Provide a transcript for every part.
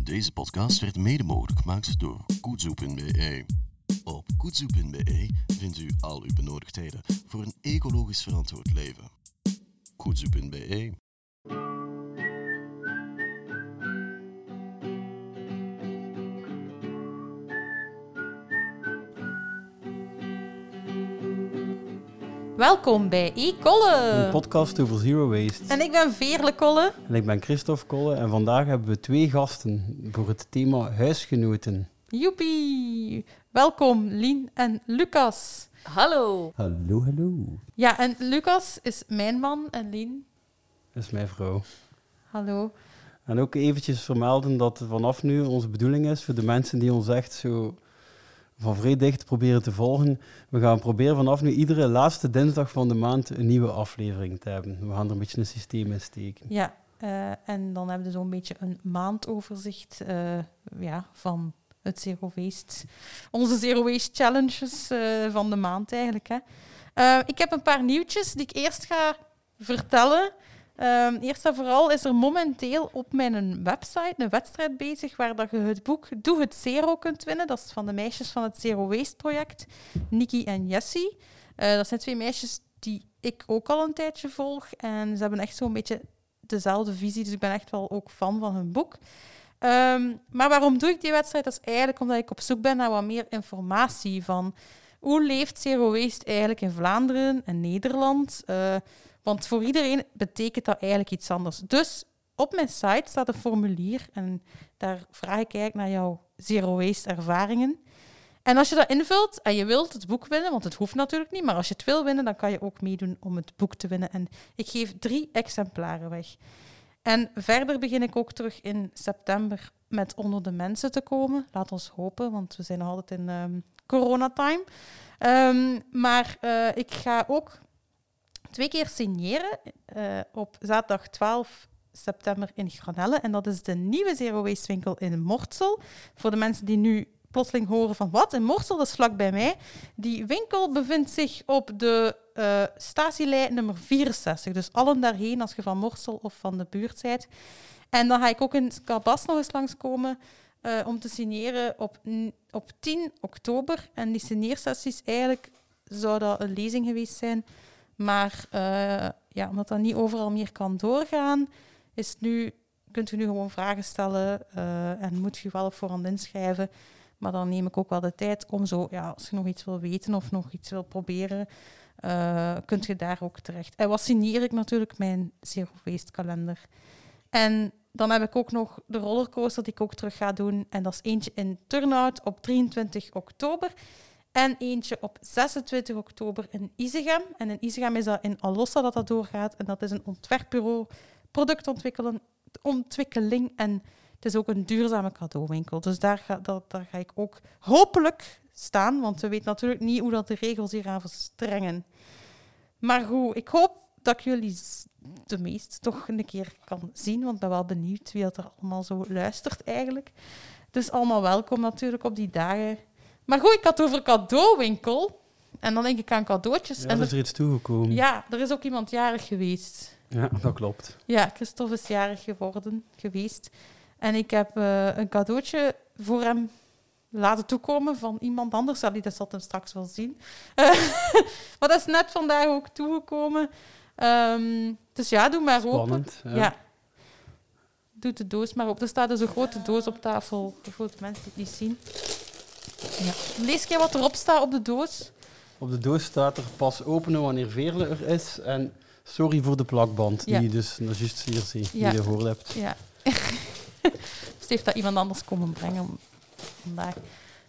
Deze podcast werd mede mogelijk gemaakt door Koetsoe.be. Op Koetsoe.be vindt u al uw benodigdheden voor een ecologisch verantwoord leven. Koetsoe.be. Welkom bij E-Kolle. Een podcast over zero waste. En ik ben Veerle Kolle. En ik ben Christophe Kolle en vandaag hebben we 2 gasten voor het thema huisgenoten. Joepie. Welkom Lien en Lucas. Hallo. Hallo, hallo. Ja, en Lucas is mijn man en Lien. Dat is mijn vrouw. Hallo. En ook eventjes vermelden dat vanaf nu onze bedoeling is, voor de mensen die ons echt zo van vrij dicht proberen te volgen, we gaan proberen vanaf nu iedere laatste dinsdag van de maand een nieuwe aflevering te hebben. We gaan er een beetje een systeem in steken. Ja, en dan hebben we zo'n beetje een maandoverzicht van het Zero Waste. Onze Zero Waste Challenges van de maand eigenlijk. Hè. Ik heb een paar nieuwtjes die ik eerst ga vertellen. Eerst en vooral is er momenteel op mijn website een wedstrijd bezig waar dat je het boek Doe het Zero kunt winnen. Dat is van de meisjes van het Zero Waste project, Nikki en Jessie. Dat zijn 2 meisjes die ik ook al een tijdje volg. En ze hebben echt zo'n beetje dezelfde visie, dus ik ben echt wel ook fan van hun boek. Maar waarom doe ik die wedstrijd? Dat is eigenlijk omdat ik op zoek ben naar wat meer informatie van hoe leeft Zero Waste eigenlijk in Vlaanderen en Nederland. Want voor iedereen betekent dat eigenlijk iets anders. Dus op mijn site staat een formulier en daar vraag ik eigenlijk naar jouw Zero Waste ervaringen. En als je dat invult en je wilt het boek winnen, want het hoeft natuurlijk niet, maar als je het wil winnen, dan kan je ook meedoen om het boek te winnen. En ik geef 3 exemplaren weg. En verder begin ik ook terug in september met onder de mensen te komen. Laat ons hopen, want we zijn nog altijd in coronatime. Maar ik ga ook 2 keer signeren op zaterdag 12 september in Granelle. En dat is de nieuwe Zero Waste winkel in Mortsel. Voor de mensen die nu plotseling horen van wat? In Mortsel, dat is vlak bij mij. Die winkel bevindt zich op de statielijn nummer 64. Dus allen daarheen als je van Mortsel of van de buurt bent. En dan ga ik ook in Cabas nog eens langskomen om te signeren op 10 oktober. En die signeersessies, eigenlijk zou dat een lezing geweest zijn. Maar omdat dat niet overal meer kan doorgaan, kunt u nu gewoon vragen stellen en moet je wel op voorhand inschrijven. Maar dan neem ik ook wel de tijd om zo, als je nog iets wil weten of nog iets wil proberen, kunt je daar ook terecht. En wat signeer ik natuurlijk? Mijn Zero Waste kalender. En dan heb ik ook nog de rollercoaster die ik ook terug ga doen. En dat is eentje in Turnhout op 23 oktober. En eentje op 26 oktober in Isegem. En in Isegem is dat in Alossa dat doorgaat. En dat is een ontwerpbureau, productontwikkeling. En het is ook een duurzame cadeauwinkel. Dus daar ga ik ook hopelijk staan. Want we weten natuurlijk niet hoe dat de regels hier gaan verstrengen. Maar goed, ik hoop dat ik jullie de meest toch een keer kan zien. Want ik ben wel benieuwd wie dat er allemaal zo luistert eigenlijk. Dus allemaal welkom natuurlijk op die dagen. Maar goed, ik had het over cadeauwinkel. En dan denk ik aan cadeautjes. Ja, en er is er iets toegekomen. Ja, er is ook iemand jarig geweest. Ja, dat klopt. Ja, Christophe is jarig geweest. En ik heb een cadeautje voor hem laten toekomen van iemand anders. Dat zal hem straks wel zien. Maar dat is net vandaag ook toegekomen. Dus ja, doe maar open. Spannend. Ja. Doe de doos maar op. Er staat dus een grote doos op tafel. Voor de mensen die het niet zien. Ja. Lees jij wat erop staat op de doos? Op de doos staat er pas openen wanneer Veerle er is. En sorry voor de plakband, die je dus nog juist hier ziet, die je gehoord hebt. Ja. Dus heeft dat iemand anders komen brengen vandaag.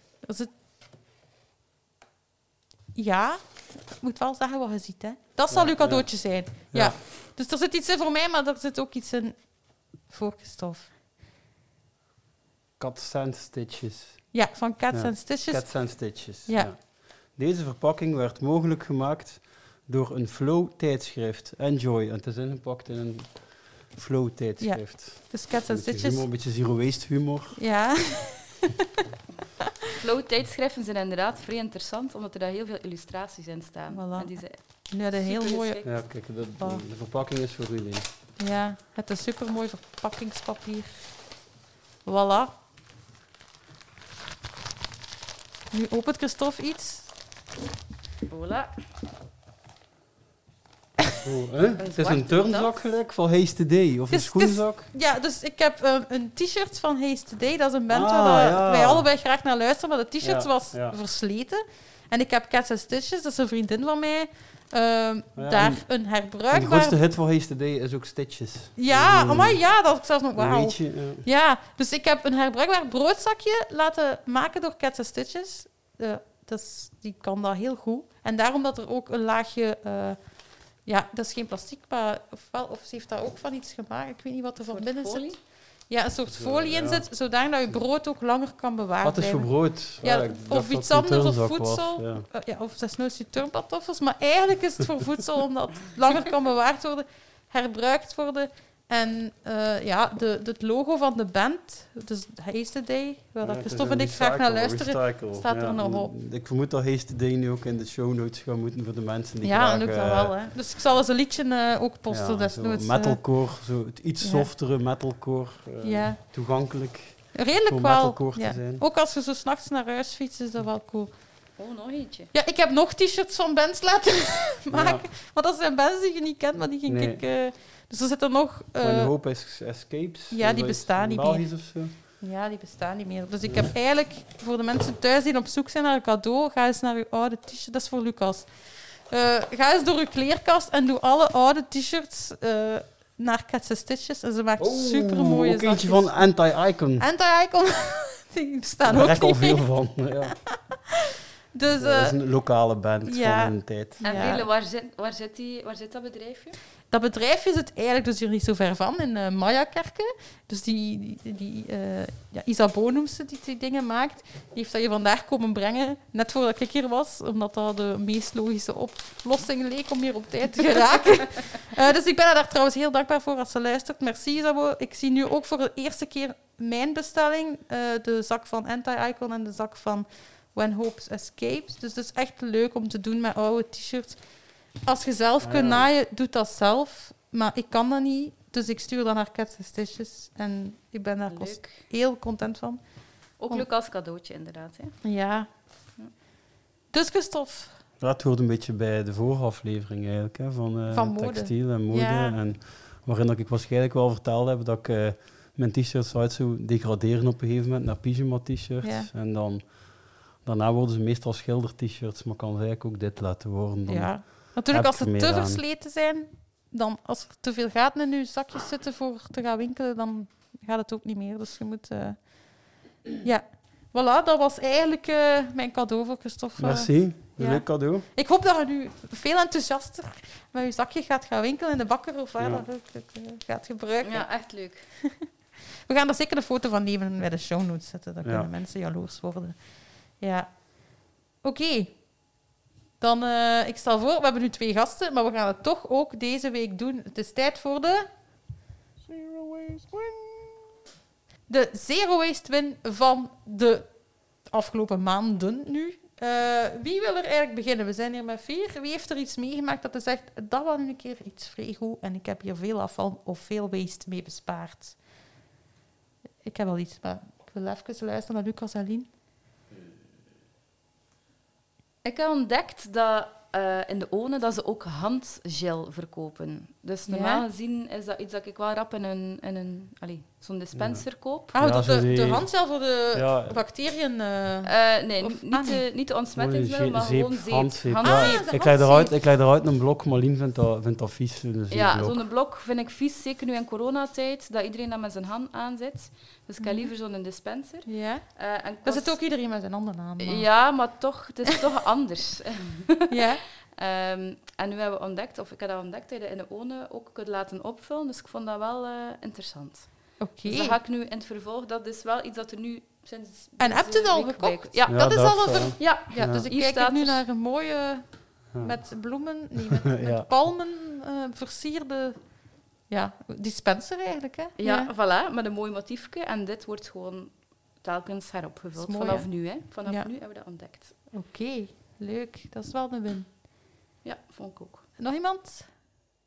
Ja, ik moet wel zeggen wat je ziet. Hè. Dat zal uw cadeautje zijn. Ja. Dus er zit iets in voor mij, maar er zit ook iets in voor Christophe. Cats and Stitches. Ja, van Cats and Stitches. Cats and Stitches. Ja. Ja. Deze verpakking werd mogelijk gemaakt door een Flow-tijdschrift. Enjoy. En het is ingepakt in een Flow-tijdschrift. Ja. Dus Cats and Stitches. Humor, een beetje zero-waste humor. Ja. Flow-tijdschriften zijn inderdaad vrij interessant, omdat er daar heel veel illustraties in staan. Voilà. En die zijn Nu had een heel mooie... Ja, kijk, de verpakking is voor jullie. Ja, het is supermooi verpakkingspapier. Voilà. Nu opent Christophe iets. Voilà. Oh, hè? Het is zwarte een turnzak tas. gelijk van Haze Today, of een Het is- schoenzak. Ja, dus ik heb een t-shirt van Haze Today. Dat is een band Ah, waar ja. wij allebei graag naar luisteren, maar de t-shirt Ja, was ja. versleten. En ik heb Cats and Stitches, dat is een vriendin van mij, Ja, daar en- een En de herbruikbaar... grootste hit van Haze Today is ook Stitches. Ja, Zo'n- amai, ja, dat had ik zelfs nog... een Wauw. weetje, ja. Ja, dus ik heb een herbruikbaar broodzakje laten maken door Cats and Stitches. Die kan dat heel goed. En daarom dat er ook een laagje... ja, dat is geen plastic, maar of ze heeft daar ook van iets gemaakt. Ik weet niet wat er van Soort binnen folie? zit. Ja, een soort folie in ja. zit, zodat je brood ook langer kan bewaren. Wat is voor blijven. brood? Ja, Ah, ik dacht of dat iets het een anders, of turnzak was, voedsel. ja. Ja, of desnoods je turnpantoffels. Maar eigenlijk is het voor voedsel, omdat het langer kan bewaard worden, herbruikt worden. En ja, het logo van de band, dus Haze Today, waar Ja, dat het is Christophe en een ik graag naar recycle, luisteren, staat er ja. nog op. Ik vermoed dat Haze Today nu ook in de show notes gaan moeten voor de mensen die Ja, graag... lukt dat wel. Hè. Dus ik zal eens een liedje ook posten, ja, desnoods. zo metalcore, zo het iets ja. softere metalcore, Ja. toegankelijk Redelijk voor wel. metalcore Ja. te zijn. Ook als je zo s'nachts naar huis fietst, is dat wel cool. Oh, nog eentje. Ja, ik heb nog t-shirts van bands laten maken. Maar dat zijn bands die je niet kent, maar die ging Nee. ik... dus er zitten nog... When Hope Escapes. ja, Is die dat iets bestaan niet Belgisch of zo? Ja, die bestaan niet meer. Dus ik heb eigenlijk voor de mensen thuis die op zoek zijn naar een cadeau, ga eens naar uw oude t-shirt. Dat is voor Lucas. Ga eens door uw kleerkast en doe alle oude t-shirts naar Cats and Stitches. En ze maakt super mooie ook eentje van Anti-Icon. Anti-Icon, die bestaan Daar ook heb ik al niet veel meer. van. Ja. Dus, Dat is een lokale band ja. van een tijd. En Ja. Veerle, waar zit dat bedrijfje? dat bedrijfje zit eigenlijk dus hier niet zo ver van, in Mayakerke. Dus ja, Isabeau noemt ze, die dingen maakt. Die heeft dat hier vandaag komen brengen, net voordat ik hier was, omdat dat de meest logische oplossing leek om hier op tijd te geraken. Dus ik ben haar daar trouwens heel dankbaar voor als ze luistert. Merci Isabeau. Ik zie nu ook voor de eerste keer mijn bestelling, de zak van Anti-Icon en de zak van When Hope Escapes. Dus het is echt leuk om te doen met oude t-shirts. Als je zelf kunt naaien, doe dat zelf. Maar ik kan dat niet, dus ik stuur dat naar Cats and Stitches. En ik ben daar Leuk. heel content van. Ook Oh. leuk als cadeautje, inderdaad. Hè? Ja. Dus Christophe, Ja, het hoort een beetje bij de vorige aflevering eigenlijk, hè, van, Van mode. textiel en mode. Ja. En waarin dat ik waarschijnlijk wel verteld heb dat ik mijn t-shirts uit zou degraderen op een gegeven moment naar pyjama-t-shirts. Ja. En dan, daarna worden ze meestal schilder-t-shirts, maar kan eigenlijk ook dit laten worden. Dan ja. Natuurlijk, heb als ik ze er te meer aan. versleten zijn, dan als er te veel gaten in je zakjes zitten voor te gaan winkelen, dan gaat het ook niet meer. Dus je moet... Ja. Voilà, dat was eigenlijk mijn cadeau voor Christophe. Merci, ja. leuk cadeau. Ik hoop dat je nu veel enthousiaster met je zakje gaat gaan winkelen in de bakker of waar Ja. dat ook gaat gebruiken. Ja, echt leuk. We gaan er zeker een foto van nemen en bij de show notes zetten. Dan Ja. kunnen mensen jaloers worden. Ja. Oké. Dan, ik stel voor, we hebben nu 2 gasten, maar we gaan het toch ook deze week doen. Het is tijd voor de... Zero Waste Win. De Zero Waste Win van de afgelopen maanden nu. Wie wil er eigenlijk beginnen? We zijn hier met 4. Wie heeft er iets meegemaakt dat hij zegt, dat was nu een keer iets vrij goed en ik heb hier veel afval of veel waste mee bespaard? Ik heb wel iets, maar ik wil even luisteren naar Lucas en Lien. Ik heb ontdekt dat in de One dat ze ook handgel verkopen. Dus normaal gezien is dat iets dat ik wel rap in een zo'n dispenser koop. Ah, Ja, dat zo de die- handgel voor de Ja. bacteriën... Nee, Of- niet de ontsmettingsmiddel, Gewoon maar zeep, gewoon zeep. handzeep. Handzeep. Ah, Ik handzeep. leg eruit een blok, Marlien vindt dat vies. Een Ja, zeepblok. zo'n blok vind ik vies, zeker nu in coronatijd, dat iedereen dat met zijn hand aanzet. Dus ik heb liever zo'n dispenser. Ja. En ik Daar was- zit ook iedereen met zijn handen aan. Maar... Ja, maar toch, het is toch anders. Ja. En nu hebben we ontdekt, of ik heb dat ontdekt, dat je dat in de One ook kunt laten opvullen. Dus ik vond dat wel interessant. Oké. Dus dat ga ik nu in het vervolg, dat is wel iets dat er nu sinds... En deze heb je het al week gekocht? bij- Ja, Ja, dat is al wel. een... ja. Ja, Ja. dus ik Hier kijk staat nu er- naar een mooie... Ja. Met bloemen, nee, met Ja. palmen versierde dispenser eigenlijk. Hè? Ja, voilà, met een mooi motiefje. En dit wordt gewoon telkens heropgevuld. Dat is mooi, Vanaf hè? nu, hè. Vanaf Ja. nu hebben we dat ontdekt. Oké, leuk. Dat is wel een win. Ja, vond ik ook. Nog iemand?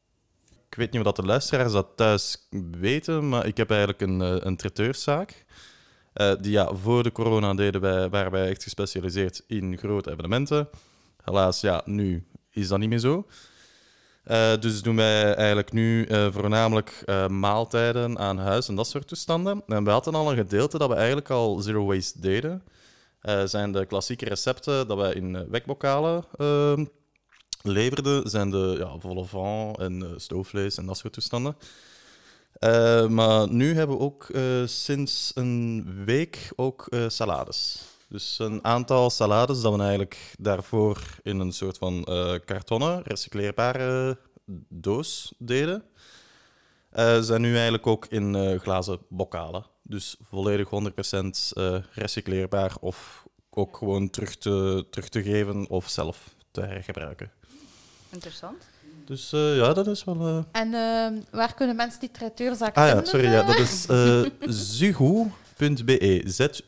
Ik weet niet of dat de luisteraars dat thuis weten, maar ik heb eigenlijk een traiteurszaak. Die voor de corona waren wij echt gespecialiseerd in grote evenementen. Helaas, nu is dat niet meer zo. Dus doen wij eigenlijk nu voornamelijk maaltijden aan huis en dat soort toestanden. En we hadden al een gedeelte dat we eigenlijk al zero waste deden. Zijn de klassieke recepten dat wij in wegbokalen leverden, zijn de vol au vent en stoofvlees en dat soort toestanden. Maar nu hebben we ook sinds een week ook salades. Dus een aantal salades dat we eigenlijk daarvoor in een soort van kartonnen, recycleerbare doos deden, zijn nu eigenlijk ook in glazen bokalen. Dus volledig 100% recycleerbaar of ook gewoon terug te geven of zelf te hergebruiken. Interessant. Dus dat is wel... En waar kunnen mensen die traiteurzaak vinden? Sorry, dat is zugo.be.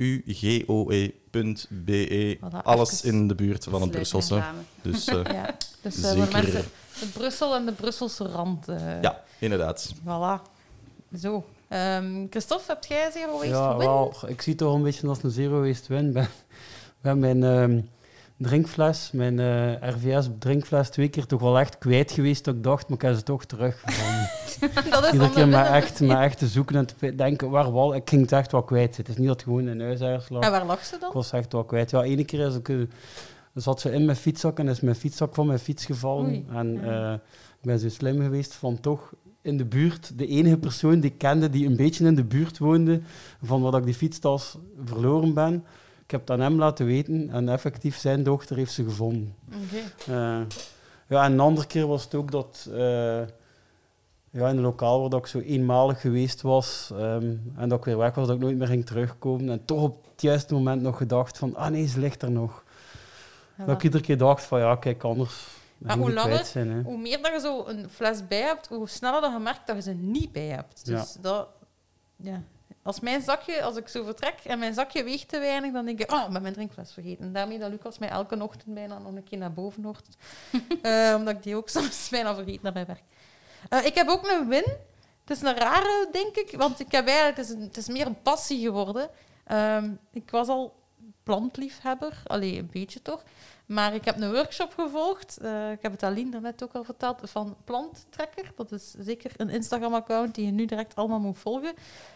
zugoe.be. Voilà, Alles even in de buurt van het Brusselse. Dus Ja, dus voor zeker. mensen de Brussel en de Brusselse rand. ja, inderdaad. Voilà. Zo. Christophe, heb jij zero waste Ja, win? wel, ik zie het toch een beetje als een zero waste win. Ik ben mijn drinkfles, mijn RVS drinkfles 2 keer toch wel echt kwijt geweest. Dat ik dacht, maar ik heb ze toch teruggevonden. Dat is Iedere dan keer de met echt te zoeken en te denken, waar wel, ik ging het echt wel kwijt. Het is niet dat het gewoon in huis ergens lag. En waar lag ze Ik dan? was echt wel kwijt. Ja, ene keer is zat ze in mijn fietszak en is mijn fietszak van mijn fiets gevallen. Oei. En ik ben zo slim geweest van toch in de buurt, de enige persoon die ik kende die een beetje in de buurt woonde van waar ik die fietstas verloren ben. Ik heb het aan hem laten weten en effectief zijn dochter heeft ze gevonden. Oké. Ja, en een andere keer was het ook dat in een lokaal waar dat ik zo eenmalig geweest was en dat ik weer weg was, dat ik nooit meer ging terugkomen. En toch op het juiste moment nog gedacht van, nee, ze ligt er nog. Ja, Dat ik iedere keer dacht van, ja, kijk, anders Maar ging hoe die langer, kwijt zijn. Hè. hoe meer dat je zo een fles bij hebt, hoe sneller dat je merkt dat je ze niet bij hebt. Dus als ik zo vertrek en mijn zakje weegt te weinig, dan denk ik, ik ben mijn drinkfles vergeten. Daarmee dat Lucas mij elke ochtend bijna nog een keer naar boven hoort. Omdat ik die ook soms bijna vergeet naar mijn werk. Ik heb ook een win. Het is een rare, denk ik, want ik heb eigenlijk, het is meer een passie geworden. Ik was al plantliefhebber, een beetje toch. Maar ik heb een workshop gevolgd, ik heb het Aline daarnet ook al verteld, van Planttrekker. Dat is zeker een Instagram-account die je nu direct allemaal moet volgen.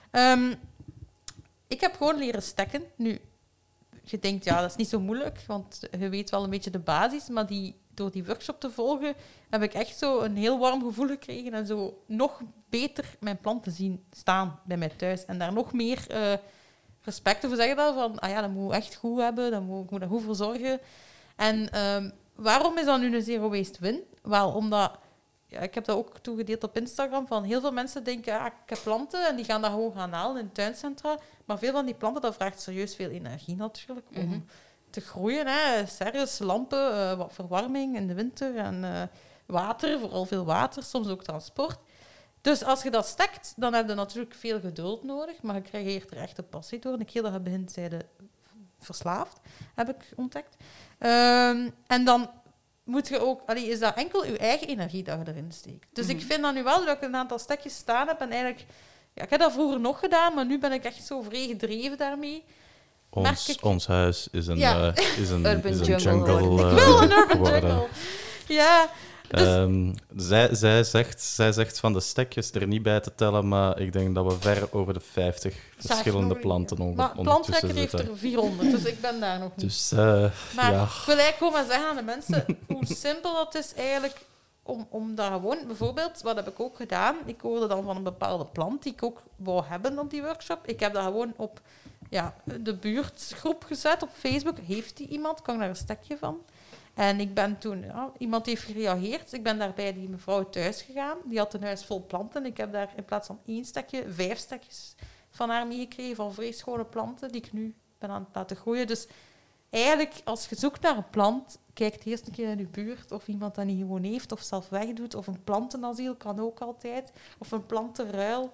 Ik heb gewoon leren stekken. Nu, je denkt, dat is niet zo moeilijk, want je weet wel een beetje de basis, maar door die workshop te volgen heb ik echt zo een heel warm gevoel gekregen en zo nog beter mijn planten zien staan bij mij thuis. En daar nog meer respect voor zeggen dat dat moet je echt goed hebben, ik moet daar goed voor zorgen. En waarom is dat nu een zero waste win? Wel, omdat, ik heb dat ook toegedeeld op Instagram, van heel veel mensen denken, ik heb planten en die gaan dat gewoon gaan halen in het tuincentra. Maar veel van die planten, dat vraagt serieus veel energie natuurlijk om te groeien. Hè. Serres, lampen, wat verwarming in de winter en water, vooral veel water, soms ook transport. Dus als je dat stekt, dan heb je natuurlijk veel geduld nodig, maar je creëert er echt een passie door. En een keer dat je begint, zijde verslaafd, heb ik ontdekt. En dan moet je ook... is dat enkel je eigen energie dat je erin steekt. Dus ik vind dan nu wel dat ik een aantal stekjes staan heb en eigenlijk... Ja, ik heb dat vroeger nog gedaan, maar nu ben ik echt zo vrij gedreven daarmee. Ons huis is een, is een Urban jungle. Ik wil een urban geworden. jungle. Ja. Dus, Zij zegt van de stekjes er niet bij te tellen, maar ik denk dat we ver over de 50 verschillende planten maar ondertussen Planttrekker heeft zitten. er 400, dus ik ben daar nog niet. Dus, Maar ja. ik wil eigenlijk gewoon maar zeggen aan de mensen hoe simpel dat is eigenlijk om daar gewoon... Bijvoorbeeld, wat heb ik ook gedaan? Ik hoorde dan van een bepaalde plant die ik ook wou hebben op die workshop. Ik heb dat gewoon op de buurtgroep gezet op Facebook. Heeft die iemand? Kan ik daar een stekje van? En ik ben toen... iemand heeft gereageerd. Ik ben daar bij die mevrouw thuis gegaan. Die had een huis vol planten. Ik heb daar in plaats van 1 stekje 5 stekjes van haar meegekregen van vrij schone planten die ik nu ben aan het laten groeien. Dus eigenlijk, als je zoekt naar een plant, kijk eerst een keer in je buurt of iemand dat niet gewoon heeft of zelf wegdoet. Of een plantenasiel kan ook altijd. Of een plantenruil.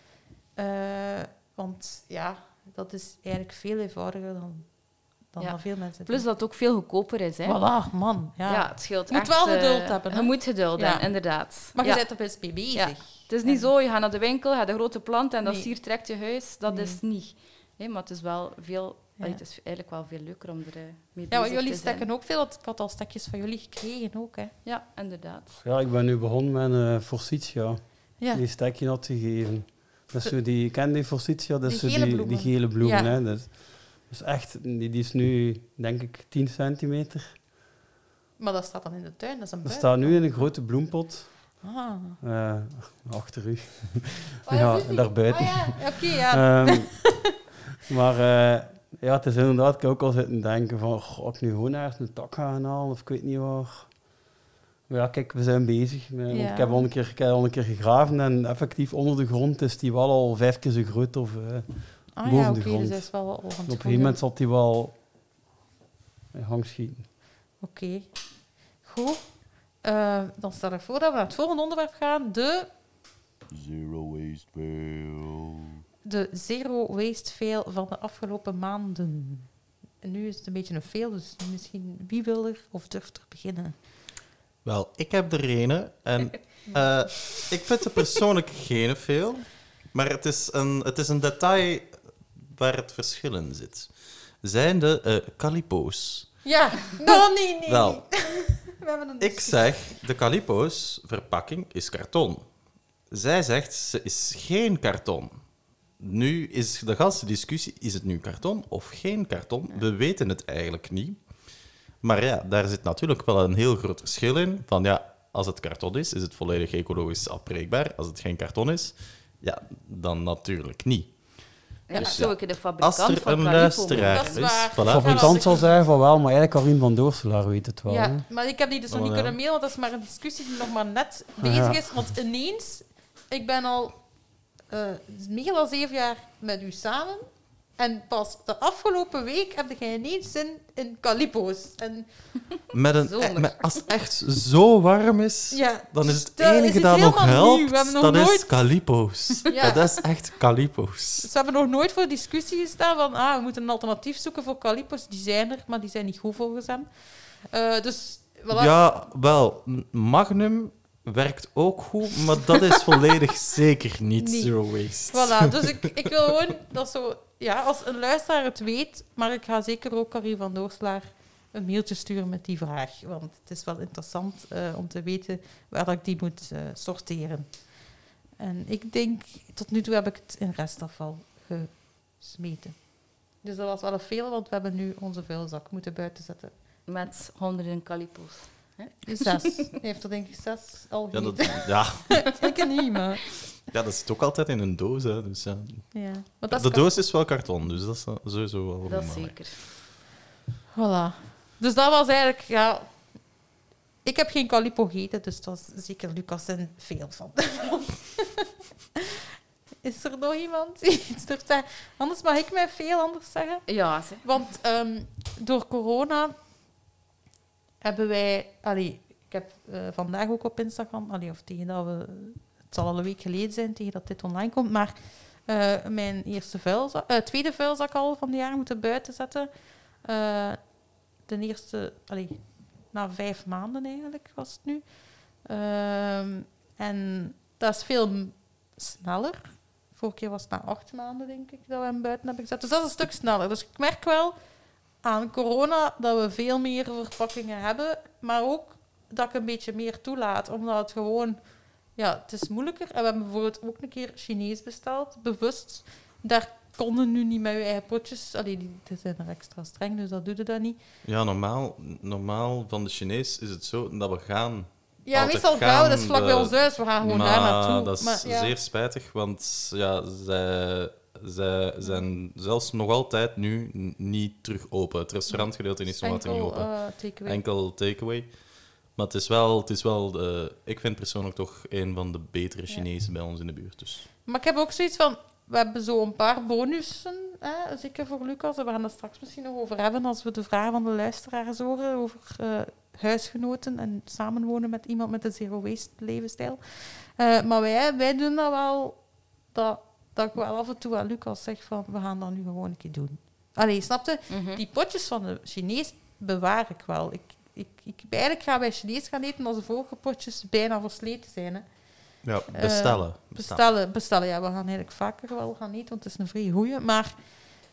Want dat is eigenlijk veel eenvoudiger dan veel mensen Plus doen. dat het ook veel goedkoper is. Hè? Voilà, man. Ja. Het scheelt Je moet echt, wel geduld hebben. Je Hè? moet geduld hebben, inderdaad. Maar je Ja. bent er best mee bezig. Ja. Het is niet zo, je gaat naar de winkel, je hebt een grote plant en dat Nee. siert direct je huis. Dat Nee. is niet. Hè, maar het is wel veel... Ja. Het is eigenlijk wel veel leuker om er mee bezig Ja, maar te jullie zijn. stekken ook veel, want ik had al stekjes van jullie gekregen ook, hè. Ja, inderdaad. Ja, ik ben nu begonnen met Forsythia. Ja. Die stekje had gegeven. Dat is zo die, ken die Forsythia? Dat is Die zo gele die bloemen. gele bloemen. Ja. Hè? Dat is echt, die is nu, denk ik, 10 centimeter. Maar dat staat dan in de tuin, dat is een Dat buiten. staat nu in een grote bloempot. Ah. Achter u. Oh, Ja, zit die? daarbuiten. Ah, ja, oké, ja. Maar ja, het is inderdaad, ik heb ook al zitten denken van, goh, ik nu gewoon ergens een tak gaan halen, of ik weet niet waar. Maar ja, kijk, we zijn bezig. Want Ja. Ik heb al een keer gegraven en effectief onder de grond is die wel al 5 keer zo groot. Of Ah boven ja, de oké, grond. dus dat is wel al aan het op een gegeven groeien. moment zal die wel in gang schieten. Oké. Goed. Dan stel ik voor dat we naar het volgende onderwerp gaan. Zero waste fail. De zero waste fail van de afgelopen maanden. En nu is het een beetje een fail, dus misschien wie wil er of durft er beginnen? Wel, ik heb er ene en ik vind het persoonlijk geen veel, maar het is een detail waar het verschil in zit. Zijn de calipo's. Ja, no, nee. Wel, We hebben een ik zeg, de calipo's verpakking is karton. Zij zegt, ze is geen karton. Nu is de ganse discussie, is het nu karton of geen karton? We weten het eigenlijk niet. Maar ja, daar zit natuurlijk wel een heel groot verschil in. Van ja, als het karton is het volledig ecologisch afbreekbaar. Als het geen karton is, ja, dan natuurlijk niet. Ja, Dus zo ja, ik de Als fabrikant er van een Calipo luisteraar Dat is waar. is, De voilà. fabrikant zal zeggen van wel, maar eigenlijk Karin van Doorselaar weet het wel. hè. Ja, maar ik heb die dus nog Oh, niet ja. kunnen mailen, want dat is maar een discussie die nog maar net bezig is. Want ineens, ik ben al meer dan 7 jaar met u samen. En pas de afgelopen week heb jij ineens zin in calipo's. En Als het echt zo warm is, ja, dan is het dat enige iets dat nog helemaal nieuw. We helpt, hebben nog dat is nooit... calipo's. Ja. Ja, dat is echt calipo's. Dus we hebben nog nooit voor discussie gestaan van we moeten een alternatief zoeken voor calipo's. Die zijn er, maar die zijn niet goed volgens hem. Dus, voilà. Ja, wel, Magnum werkt ook goed, maar dat is volledig zeker niet Nee. zero waste. Voilà, dus ik wil gewoon dat zo... Ja, als een luisteraar het weet, maar ik ga zeker ook Carrie van Doorselaar een mailtje sturen met die vraag. Want het is wel interessant om te weten waar dat ik die moet sorteren. En ik denk, tot nu toe heb ik het in restafval gesmeten. Dus dat was wel een veel, want we hebben nu onze vuilzak moeten buiten zetten. met honderden Calipo's. 6. Hij heeft er denk ik 6 al Ja, gegeten. dat Ik niet, maar... ja, dat zit ook altijd in een doos. Hè, dus, ja. Ja. Maar dat is De doos is wel karton, dus dat is sowieso wel Dat is goed, maar- zeker. Voilà. Dus dat was eigenlijk, ja... Ik heb geen Calipo gegeten, dus dat was zeker Lucas en veel van. Is er nog iemand die iets durft zeggen? Anders mag ik mij veel anders zeggen. Ja, zeg. Want door corona hebben wij... ik heb vandaag ook op Instagram... of tegen dat we... Het zal al een week geleden zijn tegen dat dit online komt, maar mijn tweede vuilzak al van het jaar moeten buiten zetten. De eerste... na 5 maanden eigenlijk was het nu. En dat is veel sneller. Vorige keer was het na 8 maanden, denk ik, dat we hem buiten hebben gezet. Dus dat is een stuk sneller. Dus ik merk wel aan corona dat we veel meer verpakkingen hebben, maar ook dat ik een beetje meer toelaat, omdat het gewoon... Ja, het is moeilijker. En we hebben bijvoorbeeld ook een keer Chinees besteld, bewust. Daar konden nu niet met je eigen potjes. Die zijn er extra streng, dus dat doe je dan niet. Ja, normaal van de Chinees is het zo dat we gaan. Ja, altijd meestal gaan we, dat is vlak bij de- ons huis. We gaan gewoon daar Maar naartoe. dat is Maar, ja. zeer spijtig, want ja, zij zijn zelfs nog altijd nu niet terug open. Het restaurantgedeelte is nog altijd niet open. Takeaway. Enkel takeaway. Maar het is wel ik vind persoonlijk toch een van de betere Chinezen bij ons in de buurt. Dus. Maar ik heb ook zoiets van... We hebben zo een paar bonussen, zeker voor Lucas. En we gaan het straks misschien nog over hebben als we de vragen van de luisteraars horen over huisgenoten en samenwonen met iemand met een zero-waste levensstijl. Maar wij doen dat wel... Dat ik wel af en toe aan Lucas zeg van... We gaan dat nu gewoon een keer doen. Snap je? Die potjes van de Chinees bewaar ik wel. Eigenlijk ga bij Chinees gaan eten als de vorige potjes bijna versleten zijn. Hè. Ja, bestellen. Bestellen. Ja, we gaan eigenlijk vaker wel gaan eten, want het is een vrij goeie. Maar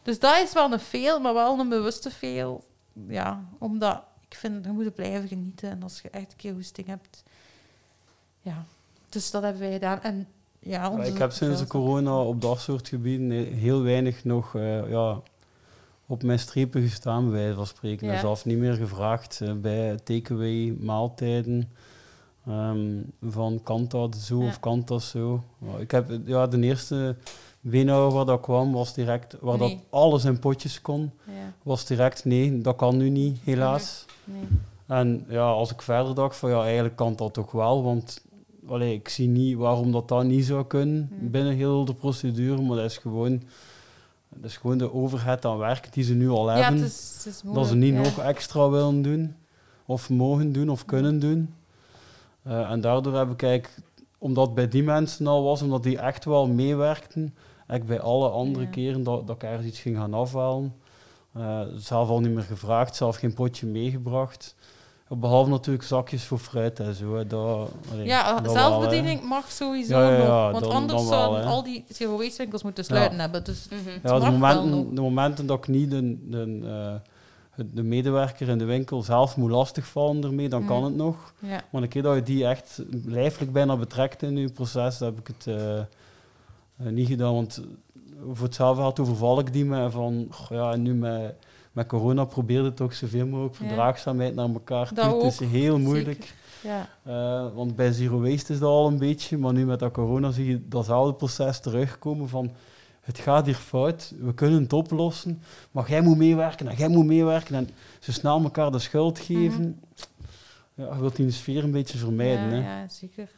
Dus dat is wel een fail, maar wel een bewuste fail. Ja, omdat ik vind, je moet blijven genieten. En als je echt een keer goesting hebt... Ja, dus dat hebben wij gedaan. En ja, Ik heb sinds de corona op dat soort gebieden heel weinig nog op mijn strepen gestaan, bij wijze van spreken. En zelf niet meer gevraagd bij takeaway maaltijden van Kanta zo of Kanta zo. Ik heb de eerste Wenauw waar dat kwam, was direct, waar dat alles in potjes kon, was direct nee, dat kan nu niet, helaas. Nee. En ja, als ik verder dacht van eigenlijk kan dat toch wel, want ik zie niet waarom dat niet zou kunnen binnen heel de procedure, maar dat is gewoon de overheid aan werk die ze nu al hebben, het is moeilijk, dat ze niet nog extra willen doen, of mogen doen, of kunnen doen. En daardoor heb ik eigenlijk, omdat het bij die mensen al was, omdat die echt wel meewerkten, ik bij alle andere keren dat ik ergens iets ging gaan afhalen, zelf al niet meer gevraagd, zelf geen potje meegebracht. Behalve natuurlijk zakjes voor fruit en zo. Zelfbediening mag sowieso nog. Want anders zouden al die zero waste winkels moeten sluiten hebben. Dus de momenten dat ik niet de medewerker in de winkel zelf moet lastigvallen ermee, dan kan het nog. Ja. Maar een keer dat je die echt lijfelijk bijna betrekt in je proces, heb ik het niet gedaan. Want voor hetzelfde had overval ik die met van... en nu met corona probeerde toch zoveel mogelijk verdraagzaamheid naar elkaar toe. Het is heel moeilijk. Ja. Want bij zero waste is dat al een beetje, maar nu met dat corona zie je datzelfde proces terugkomen van het gaat hier fout, we kunnen het oplossen, maar jij moet meewerken en zo snel elkaar de schuld geven. Je wilt die sfeer een beetje vermijden. Ja, zeker.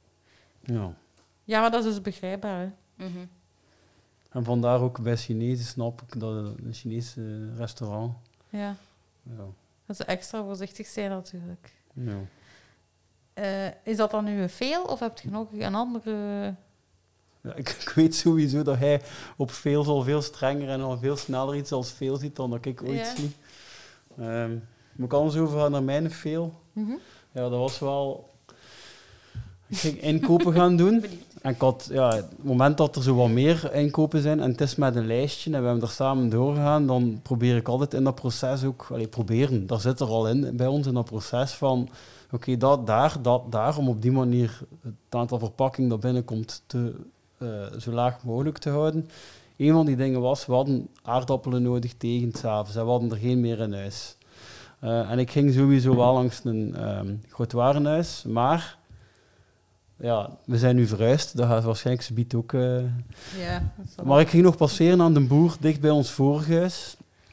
Ja, maar dat is dus begrijpbaar. Hè? Mm-hmm. En vandaar ook bij Chinezen snap ik dat een Chinese restaurant. Ja. Dat ze extra voorzichtig zijn natuurlijk. Ja. Is dat dan nu een fail of heb je nog een andere... Ja, ik weet sowieso dat hij op fails al veel strenger en al veel sneller iets als fail ziet dan dat ik ooit zie. Maar ik anders overgaan naar mijn fail. Mm-hmm. Ja, dat was wel... Ik ging inkopen gaan doen. En ik had, het moment dat er zo wat meer inkopen zijn, en het is met een lijstje, en we hebben er samen doorgegaan, dan probeer ik altijd in dat proces ook... proberen, daar zit er al in bij ons in dat proces van... Oké, dat daar, om op die manier het aantal verpakkingen dat binnenkomt zo laag mogelijk te houden. Een van die dingen was, we hadden aardappelen nodig tegen 's avonds en we hadden er geen meer in huis. En ik ging sowieso wel langs een groot warenhuis, maar we zijn nu verhuisd, dat gaat waarschijnlijk subiet ook... Maar ik ging nog passeren aan de boer dicht bij ons vorige huis,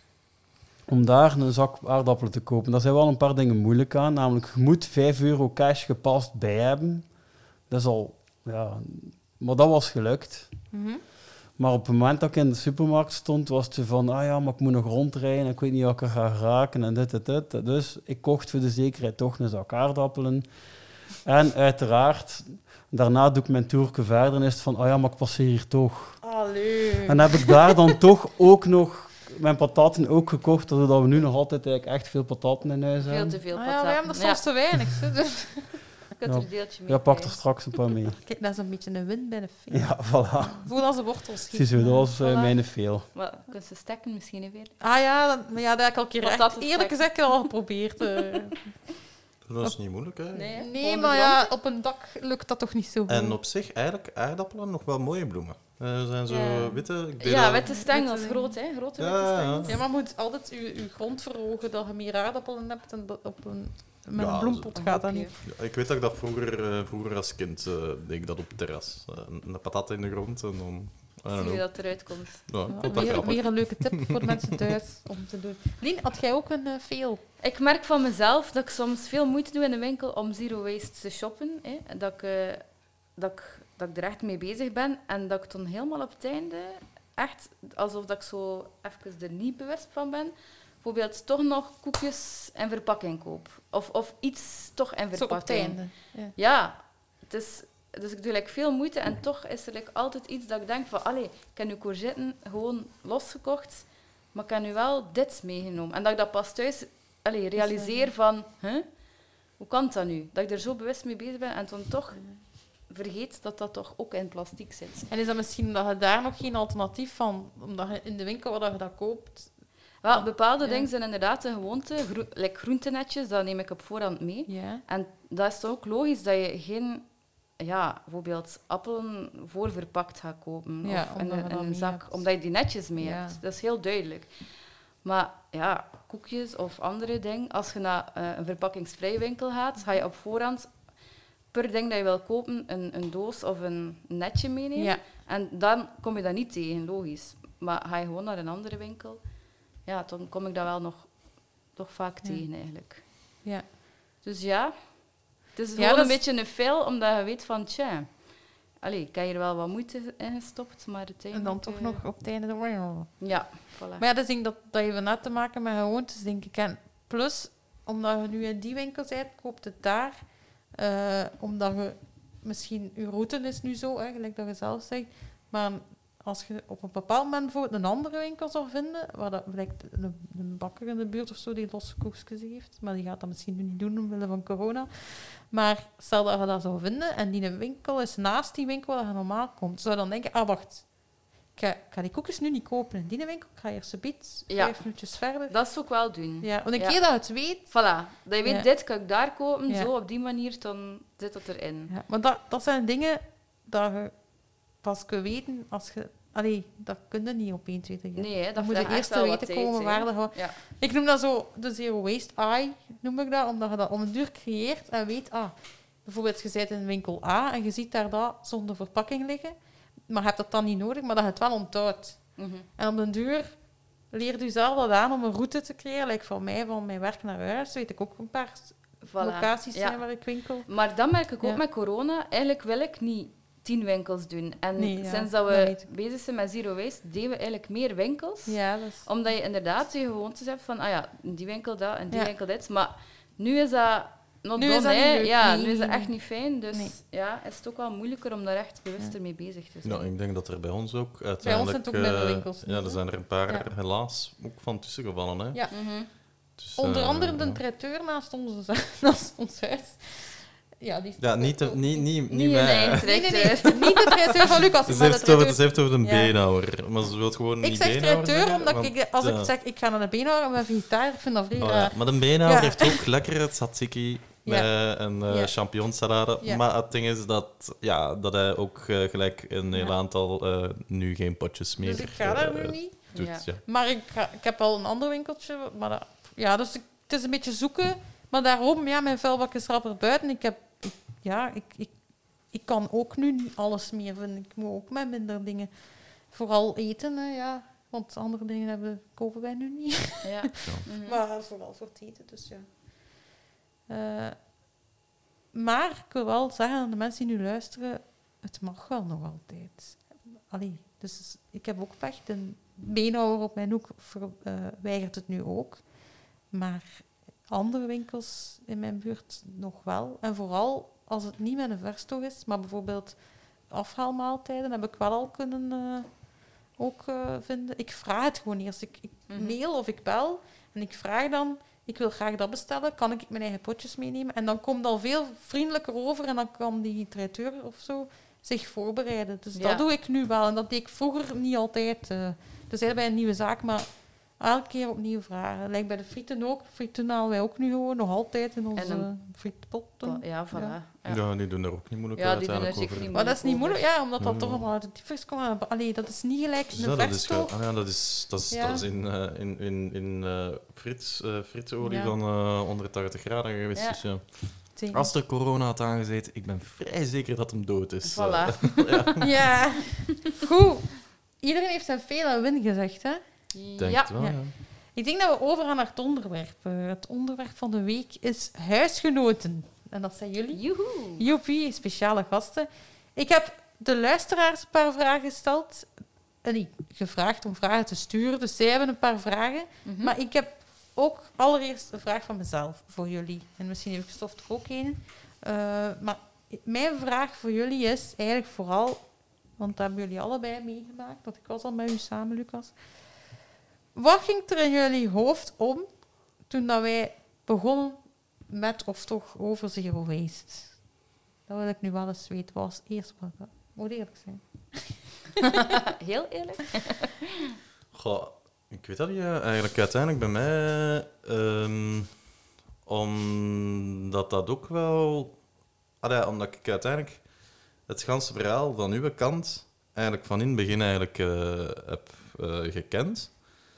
om daar een zak aardappelen te kopen. Daar zijn wel een paar dingen moeilijk aan, namelijk je moet €5 cash gepast bij hebben. Dat is al... Maar dat was gelukt. Mm-hmm. Maar op het moment dat ik in de supermarkt stond, was het zo van, maar ik moet nog rondrijden, ik weet niet of ik er ga geraken en dit. Dus ik kocht voor de zekerheid toch een zak aardappelen. En uiteraard, daarna doe ik mijn toerke verder en is het van, maar ik passeer hier toch. Allee. En heb ik daar dan toch ook nog mijn pataten ook gekocht, zodat we nu nog altijd eigenlijk echt veel pataten in huis hebben. Veel te veel pataten. We hebben er soms te weinig. Dus. Je kunt er een deeltje mee. Ja, pak er straks een paar mee. Kijk, dat is een beetje een win bij de film. Ja, voilà. Voel als een wortels. Ziezo, dat was mijn veel. Maar kun je stekken misschien weer? Dat heb ik al een keer echt, eerlijk gezegd al geprobeerd. Dat is niet moeilijk, hè? Nee, maar op een dak lukt dat toch niet zo goed. En op zich, eigenlijk, aardappelen nog wel mooie bloemen. Er zijn zo witte... witte stengels, groot, hè? Grote witte stengels. Ja, maar je moet altijd je grond verhogen dat je meer aardappelen hebt en met een bloempot gaat dat niet. Ja, ik weet dat ik dat vroeger als kind deed ik dat op het terras. Een patat in de grond en dan... Zie je dat eruit komt. Weer een leuke tip voor de mensen thuis om te doen. Lien, had jij ook een fail? Ik merk van mezelf dat ik soms veel moeite doe in de winkel om zero waste te shoppen. Hè. Dat ik er echt mee bezig ben en dat ik dan helemaal op het einde, echt alsof dat ik zo even er niet bewust van ben, bijvoorbeeld toch nog koekjes en verpakking koop. Of iets toch in verpakking. Zo op het einde. Ja, dus ik doe veel moeite en toch is er altijd iets dat ik denk van, ik heb nu courgetten gewoon losgekocht, maar ik heb nu wel dit meegenomen. En dat ik dat pas thuis realiseer van, hoe kan dat nu? Dat ik er zo bewust mee bezig ben en dan toch vergeet dat dat toch ook in plastic zit. En is dat misschien omdat je daar nog geen alternatief van... Omdat je in de winkel waar je dat koopt... Wel, bepaalde Ja. dingen zijn inderdaad een gewoonte. Like groentenetjes, dat neem ik op voorhand mee. Ja. En dat is toch ook logisch dat je geen... Ja, bijvoorbeeld appelen voorverpakt gaat kopen. Ja, of in omdat je een, dat in een mee zak, hebt. omdat je die netjes mee Ja. hebt. Dat is heel duidelijk. Maar ja, koekjes of andere dingen, als je naar een verpakkingsvrij winkel gaat, ga je op voorhand per ding dat je wil kopen een doos of een netje meenemen. Ja. En dan kom je dat niet tegen, logisch. Maar ga je gewoon naar een andere winkel, ja, dan kom ik dat wel nog toch vaak Ja. tegen eigenlijk. Ja. Dus ja, het is Ja, gewoon dat een is- beetje een fail, omdat je weet van, tja, allee, ik heb hier wel wat moeite in gestopt, maar En uiteindelijk... dan toch nog op het einde... Ja, voilà. Maar ja, dat is denk dat heeft net te maken met gewoontes, denk ik. En plus, omdat je nu in die winkel bent, koopt het daar. Omdat je misschien... Je route is nu zo, hè, gelijk dat je zelf zegt. Maar als je op een bepaald moment bijvoorbeeld een andere winkel zou vinden, waar dat blijkt een bakker in de buurt of zo die losse koekjes heeft, maar die gaat dat misschien nu niet doen omwille van corona. Maar stel dat je dat zou vinden en die winkel is naast die winkel waar je normaal komt, zou je dan denken, ah, wacht, ik ga die koekjes nu niet kopen in die winkel, ik ga eerst een beetje Ja. 5 minuutjes verder. Dat is ook wel doen. Ja, want een Ja. keer dat je het weet... Voilà. Dat je weet, Ja. dit kan ik daar kopen, Ja. zo op die manier, dan zit dat erin. Ja, maar dat zijn dingen dat je pas kunt weten als je... Allee, dat kun je niet op 1, 2, 3. Nee, hè, dat dan moet je vraagt echt eerst te wel wat weten tijd, komen hè. waar dat je... Ja. Ik noem dat zo de zero waste eye, noem ik dat, omdat je dat om een duur creëert en weet, bijvoorbeeld je bent in winkel A en je ziet daar dat zonder verpakking liggen, maar je hebt dat dan niet nodig, maar dat je het wel onthoudt. Mhm. En op den duur leert u zelf dat aan om een route te creëren. Like van mij, van mijn werk naar huis, weet ik ook een paar Voilà. locaties Ja. zijn waar ik winkel. Maar dat merk ik ook Ja. met corona. Eigenlijk wil ik niet 10 winkels doen. En Nee, ja, sinds dat dat we weet ik. bezig zijn met Zero Waste, deden we eigenlijk meer winkels. Ja, dat is... Omdat je inderdaad je gewoontes hebt van, in die winkel dat en die Ja. winkel dit. Maar nu is dat not Nu is done, dat niet hè. leuk. Ja, Nee, nu is dat nee, echt niet fijn. Dus Nee. ja, is het ook wel moeilijker om daar echt bewuster mee bezig te zijn. Nou, ik denk dat er bij ons ook zijn uiteindelijk... het ook minder winkels nu, ja, er hè? zijn er een paar Ja. helaas ook van tussengevallen. Hè. Ja. Mhm. Dus, Onder andere de ja. traiteur naast ons huis. Ja, die is Ja, niet Niet mij. een eigen Nee, tractor. niet de traiteur van Lucas, Ze maar de heeft het over, traiteur. ze heeft het over een Ja. beenhouwer, maar ze wil gewoon Ik niet zeg beenhouwer traiteur, zeggen, omdat want, als ja. ik zeg ik ga naar de beenhouwer met vegetariër, ik vind dat vrij Oh, raar. ja. Maar de beenhouwer Ja. heeft ook lekkere tzatziki met een Ja. champignonsalade. Ja. Maar het ding is dat hij ook gelijk een heel Ja. aantal nu geen potjes meer Dus ik ga daar nu niet. doet. Ja. Ja. Maar ik heb wel een ander winkeltje. Maar dus het is een beetje zoeken. Maar daarom, ja, mijn vuilbak is rapper buiten. Ik kan ook nu niet alles meer vinden. Ik moet ook met minder dingen. Vooral eten, hè, ja. Want andere dingen kopen wij nu niet. Ja. Mhm. Maar vooral voor het eten, dus ja. Maar ik wil wel zeggen aan de mensen die nu luisteren, het mag wel nog altijd. Allee, dus ik heb ook pech. De beenhouwer op mijn hoek weigert het nu ook. Maar andere winkels in mijn buurt nog wel. En vooral als het niet met een verstoog is, maar bijvoorbeeld afhaalmaaltijden heb ik wel al kunnen vinden. Ik vraag het gewoon eerst. Ik Mhm. mail of ik bel en ik vraag dan, ik wil graag dat bestellen, kan ik mijn eigen potjes meenemen? En dan komt het al veel vriendelijker over en dan kan die traiteur of zo zich voorbereiden. Dus Ja. dat doe ik nu wel en dat deed ik vroeger niet altijd. Dus eigenlijk bij een nieuwe zaak, maar elke keer opnieuw vragen. Lijkt bij de frieten ook. Frieten halen wij ook nu gewoon nog altijd in onze En frietpot. Ja, voilà. Ja. Ja. Die doen daar ook niet moeilijk Ja, die doen uiteindelijk er zeker over. niet Maar dat is niet moeilijk, ja, omdat dat Ja. toch allemaal uit de tyfus komt. Allee, dat is niet gelijk Ja, een dat is, verstoog. Ja. dat is in fritolie Ja. van 180 graden geweest. Ja. Dus, ja. Tegen. Als er corona had aangezeten, ik ben vrij zeker dat hem dood is. Voilà. Ja, goed. Iedereen heeft zijn veel en win gezegd, hè? Denk Ja. het wel, Ja. ja. Ik denk dat we overgaan naar het onderwerp. Het onderwerp van de week is huisgenoten. En dat zijn jullie. Joehoe. Joepie, speciale gasten. Ik heb de luisteraars een paar vragen gesteld. Nee, gevraagd om vragen te sturen. Dus zij hebben een paar vragen. Mhm. Maar ik heb ook allereerst een vraag van mezelf voor jullie. En misschien heeft Christophe er ook een. Maar mijn vraag voor jullie is eigenlijk vooral... Want dat hebben jullie allebei meegemaakt. Want ik was al met u samen, Lucas. Wat ging er in jullie hoofd om toen dat wij begonnen met, of toch over zero waste? Dat wil ik nu wel eens weten. Wat was het eerste wat ik... Moet eerlijk zijn. Heel eerlijk. Goh, ik weet dat niet. Eigenlijk uiteindelijk bij mij... omdat dat ook wel... omdat ik uiteindelijk het ganse verhaal van uw kant eigenlijk van in het begin eigenlijk heb gekend.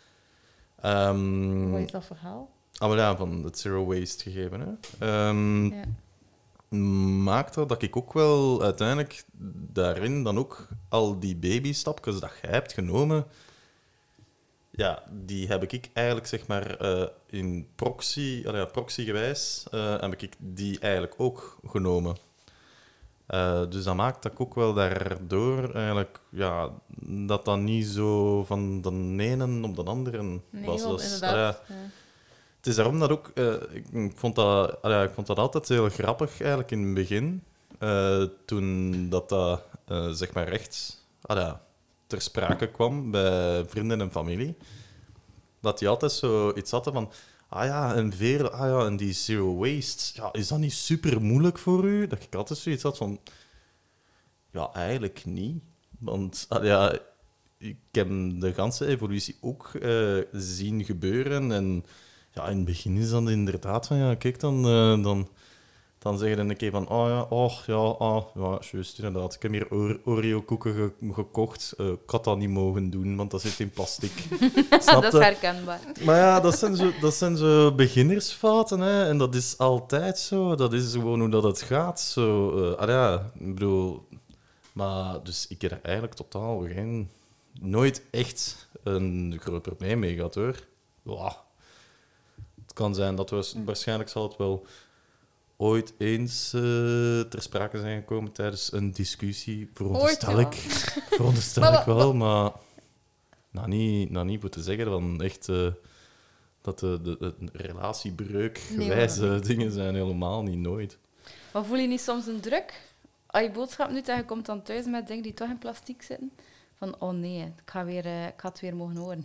Wat is dat verhaal? Maar ja, van het zero waste gegeven. Hè. Ja. Maakt dat ik ook wel uiteindelijk daarin dan ook al die babystapjes dat jij hebt genomen, ja, die heb ik eigenlijk zeg maar in proxy-gewijs heb ik die eigenlijk ook genomen. Dus dat maakt dat ik ook wel daardoor eigenlijk, ja, dat niet zo van de ene op de andere Nee, was. wel, Dus, inderdaad. Ja. het is daarom dat ook... ik vond dat altijd heel grappig eigenlijk in het begin. Toen dat zeg maar echt ter sprake kwam bij vrienden en familie. Dat die altijd zoiets hadden van... en die zero waste, ja, is dat niet super moeilijk voor u? Dat ik altijd zoiets had van... Ja, eigenlijk niet. Want ik heb de ganse evolutie ook zien gebeuren. En ja, in het begin is dat inderdaad van... Ja, kijk, dan zeg je een keer van... Juist, inderdaad. Ik heb hier Oreo-koeken gekocht. Ik had dat niet mogen doen, want dat zit in plastic. Snap Dat je? is herkenbaar. Maar ja, dat zijn zo beginnersfouten, hè. En dat is altijd zo. Dat is gewoon hoe dat het gaat. Zo, ik bedoel... Maar dus ik heb er eigenlijk totaal nooit echt een groot probleem mee gehad, hoor. Ja. Het kan zijn dat waarschijnlijk zal het wel ooit eens ter sprake zijn gekomen tijdens een discussie. Veronderstel ik. Veronderstel ik wel, maar nou niet voor te zeggen van echt dat de relatiebreuk gewijze dingen zijn helemaal niet nooit. Maar voel je niet soms een druk? Als je boodschap nu en je komt dan thuis met dingen die toch in plastic zitten, van oh nee, ik ga het weer mogen horen.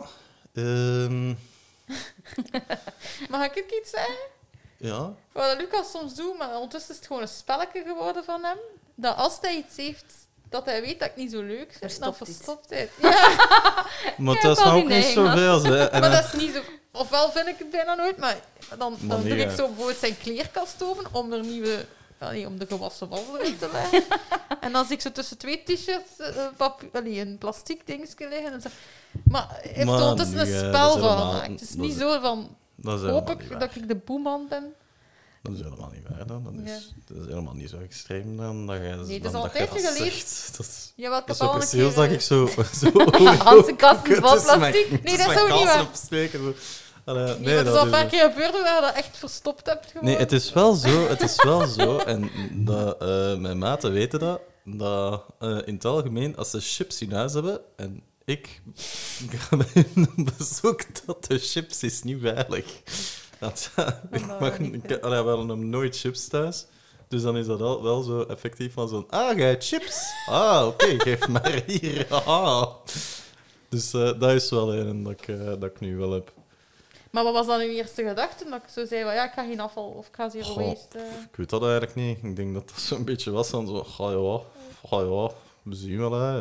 Mag ik het iets zeggen? Ja. Wat Lucas soms doet, maar ondertussen is het gewoon een spelletje geworden van hem. Dat als hij iets heeft dat hij weet dat ik niet zo leuk vind, dan verstopt hij het. Ja, Maar dat is nou ook niet zoveel. maar dat is niet zo... Ofwel vind ik het bijna nooit, maar dan Maar nee, doe ik ja. zo bijvoorbeeld zijn kleerkast open om er nieuwe... om de gewassen was erin te leggen. En dan zie ik zo tussen twee t-shirts een plastic dingetje liggen. En zo. Maar hij heeft Maar ondertussen nu, een dat spel is van helemaal- gemaakt. Het is dat niet is- zo van... Dat is Hoop helemaal niet ik waar. dat ik de boeman ben. Dat is helemaal niet waar. Dan. Dat is helemaal niet zo extreem dan dat jij Nee, het is dan al dat een je tijdje dat geleden. zegt. Dat is, Jawel, ik dat heb is al zo een precies dat keer... ik zo... Hanse kasten vol Het is mijn- plastic. het Nee, is dat is mijn ook niet kassen waar. opsteken, zo. Nee, maar het is al een paar keer gebeurd dat je dat echt verstopt hebt. Gewoon. Nee, het is wel zo. En dat, mijn maten weten dat in het algemeen, als ze chips in huis hebben en ik ga bij hun op bezoek, dat de chips is niet veilig. Want we hadden nooit chips thuis. Dus dan is dat wel zo effectief van zo'n... jij hebt chips? Oké, geef maar hier. Dus dat is wel een dat ik nu wel heb. Maar wat was dan uw eerste gedachte? Dat ik zo zei, van, ik ga geen afval of ik ga zero Goh, waste. Ik weet dat eigenlijk niet. Ik denk dat dat zo'n beetje was van zo... We zien wel, hè.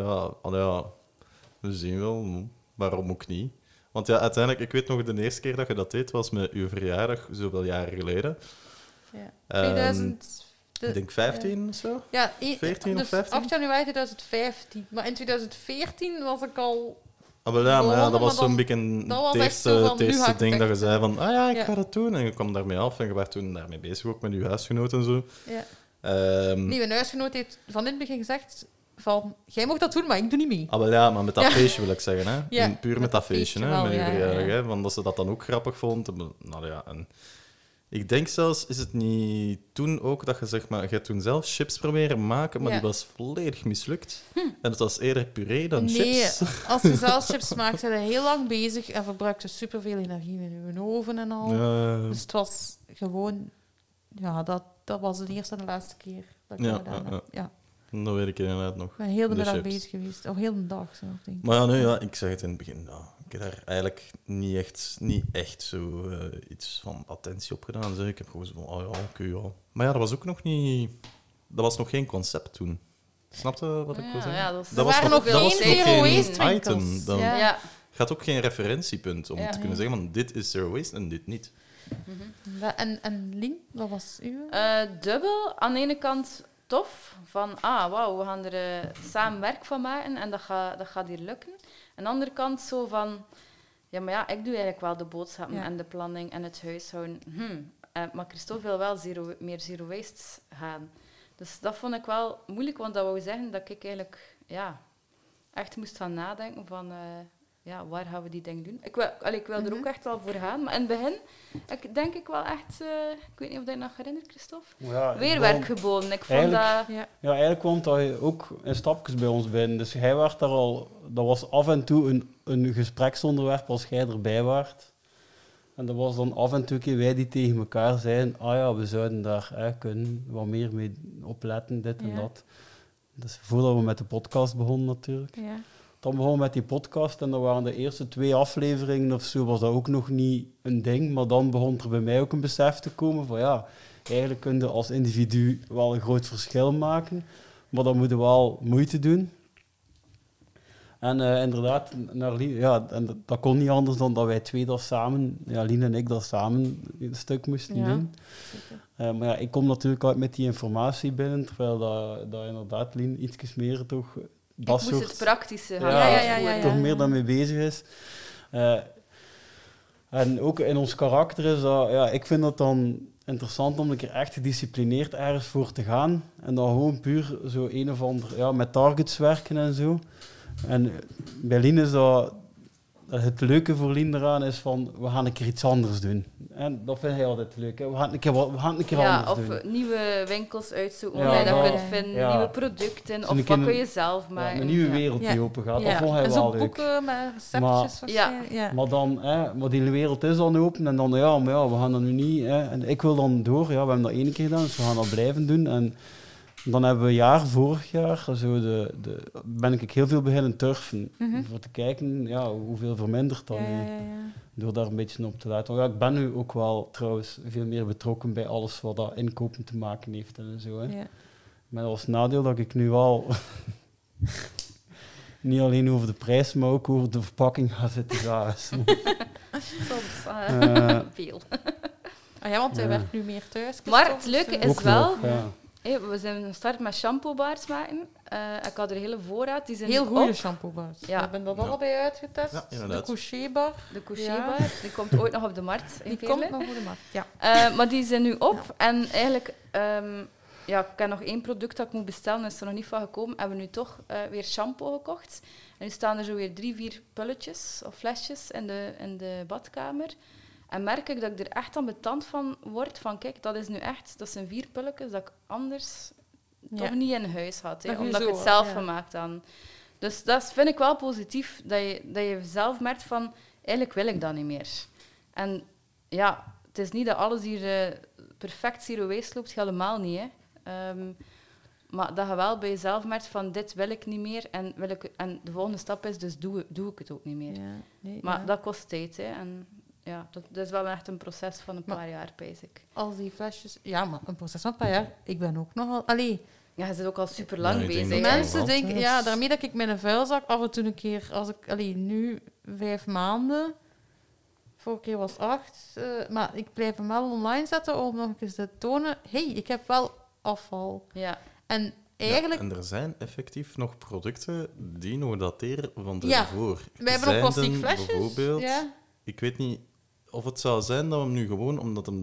We zien wel. Waarom ook niet? Want ja, uiteindelijk... Ik weet nog, de eerste keer dat je dat deed, was met uw verjaardag, zoveel jaren geleden. Ja. Ehm, 2000... Ik denk 15 of zo. Ja, 14 of dus 15? 8 januari 2015. Maar in 2014 was ik al... Maar ja, dat maar was zo'n dan- beetje dat was het echt zo van, het nu eerste ga ik ding het dat je echt zei van... ik Ja. ga dat doen. En je kwam daarmee af en je werd toen daarmee bezig, ook met je huisgenoot en zo. Ja. Nee, Mijn huisgenoot heeft van in het begin gezegd van... Jij mag dat doen, maar ik doe niet mee. maar met dat Ja. feestje wil ik zeggen. Hè? Ja, Puur met met dat dat feestje, feestje hè? wel, Met uw ja, verjaardag. ja. Hè? Want dat ze dat dan ook grappig vond. En ik denk zelfs, is het niet toen ook dat je zeg maar... Je hebt toen zelf chips proberen maken, maar Ja. die was volledig mislukt. En het was eerder puree dan Nee, chips. als je zelf chips maakt, zijn je heel lang bezig en verbruikt je superveel energie in je oven en al. Dus het was gewoon... Ja, dat was de eerste en de laatste keer dat ik Ja, dat gedaan ja, heb. Ja. Dat weet ik inderdaad nog. Ik ben heel de De middag chips. bezig geweest. Of heel de dag zelf, denk ik. Maar ja, nee, ik zeg het in het begin. Ja, ik heb daar eigenlijk niet echt zo iets van attentie op gedaan. Zeg. Ik heb gewoon zo van, oké, ja. Maar ja, dat was ook nog niet... dat was nog geen concept toen. Snap je wat ik wil zeggen? Ja, Dat Er was waren nog- nog dat geen was nog zero geen waste item. winkels. Dan Ja. gaat ook geen referentiepunt om Ja. te kunnen zeggen van dit is zero waste en dit niet. En Lien, wat was uw? Dubbel, aan de ene kant tof, van wauw, we gaan er samen werk van maken en dat gaat hier lukken. Aan de andere kant zo van, ja, maar ja, ik doe eigenlijk wel de boodschappen Ja. en de planning en het huishouden. Maar Christophe wil wel meer zero waste gaan. Dus dat vond ik wel moeilijk, want dat wou zeggen dat ik eigenlijk echt moest gaan nadenken van... waar gaan we die dingen doen? Ik wil er ook echt wel voor gaan. Maar in het begin, denk ik wel echt... ik weet niet of je nog herinnert, Christophe? Ja, Weer ik werk kwam- geboden. Ik vond Eigenlijk- dat... Ja, eigenlijk kwam dat ook in stapjes bij ons binnen. Dus hij werd daar al... Dat was af en toe een gespreksonderwerp als jij erbij waart. En dat was dan af en toe een keer wij die tegen elkaar zeiden... we zouden daar kunnen wat meer mee opletten, dit en Ja. dat. Dus voordat we met de podcast begonnen natuurlijk. Ja. Dan begonnen we met die podcast en dan waren de eerste 2 afleveringen of zo, was dat ook nog niet een ding. Maar dan begon er bij mij ook een besef te komen van eigenlijk kun je als individu wel een groot verschil maken. Maar dan moet je wel moeite doen. En inderdaad, naar Lien, en dat kon niet anders dan dat wij 2 dat samen, Lien en ik dat samen een stuk moesten Ja, doen. zeker. Maar ik kom natuurlijk uit met die informatie binnen, terwijl dat inderdaad Lien iets meer toch... Ik Dat moest soort het praktische gaan Ja. toch meer dan mee bezig is. En ook in ons karakter is dat... ik vind het dan interessant om een keer echt gedisciplineerd ergens voor te gaan. En dan gewoon puur zo een of ander... met targets werken en zo. En bij Lien is dat... Het leuke voor Lien eraan is van... We gaan een keer iets anders doen. En dat vind hij altijd leuk. Hè. We gaan een keer anders of doen. nieuwe winkels uitzoeken, Ja, waar je dat dat- kunt vinden, ja. nieuwe producten, Zo'n of keer wat kun een- je zelf maken. Een nieuwe Ja. wereld die Ja. open gaat. Ja. Dat vond hij En wel zo leuk. boeken met receptjes waarschijnlijk. Ja. Maar dan, maar die wereld is dan open en dan, we gaan dat nu niet. En ik wil dan door, we hebben dat 1 keer gedaan, dus we gaan dat blijven doen. En dan hebben we vorig jaar, zo ben ik heel veel beginnen turfen. Mhm. Voor te kijken, hoeveel vermindert dat nu. Door daar een beetje op te letten. Want ik ben nu ook wel trouwens veel meer betrokken bij alles wat dat inkopen te maken heeft en zo. Hè. Ja. Met als nadeel dat ik nu wel niet alleen over de prijs, maar ook over de verpakking ga zitten zagen. Soms veel. Want hij Ja. werkt nu meer thuis. Maar Christophe, het leuke dus, is wel... nog, ja. we zijn gestart met shampoo-bars maken. Ik had er een hele voorraad. Die zijn heel nu goede op. shampoo-bars. Ja. We hebben dat Ja. allebei uitgetest. Ja, inderdaad. De couché-bar. De couché-bar. Die komt ooit nog op de markt. In Die Veerle. komt nog voor de markt. Ja. Maar die zijn nu op. En eigenlijk... ik heb nog 1 product dat ik moet bestellen. Dat is er nog niet van gekomen. Hebben we nu toch weer shampoo gekocht. En nu staan er zo weer 3-4 pulletjes of flesjes in de badkamer. En merk ik dat ik er echt ambetant van word. Van kijk, dat zijn 4 pulletjes dat ik anders toch niet in huis had. Hè, Dat omdat ik je het zo, zelf ja. gemaakt dan. Dus dat vind ik wel positief. Dat je zelf merkt van, eigenlijk wil ik dat niet meer. En het is niet dat alles hier perfect zero waste loopt. Helemaal niet. Hè. Maar dat je wel bij jezelf merkt van, dit wil ik niet meer. En de volgende stap is, dus doe ik het ook niet meer. Ja. Nee, Maar ja. dat kost tijd. Hè. En dat is wel echt een proces van een paar jaar, pijs ik. Als die flesjes... Ja, maar een proces van een paar jaar. Ik ben ook nogal... Allee, Ja, je zit ook al super lang Ja, ik denk bezig. dat hè. mensen wel. denken... Ja, daarmee dat ik mijn vuilzak af en toe een keer... Als ik... Allee, nu 5 maanden... Vorige keer was 8. Maar ik blijf hem wel online zetten om nog eens te tonen... Hey, ik heb wel afval. Ja. En eigenlijk... Ja, en er zijn effectief nog producten die nog dateren van Ja, ervoor. we hebben nog plastic Zijden flesjes. Bijvoorbeeld, Ja. ik weet niet of het zou zijn dat we hem nu gewoon,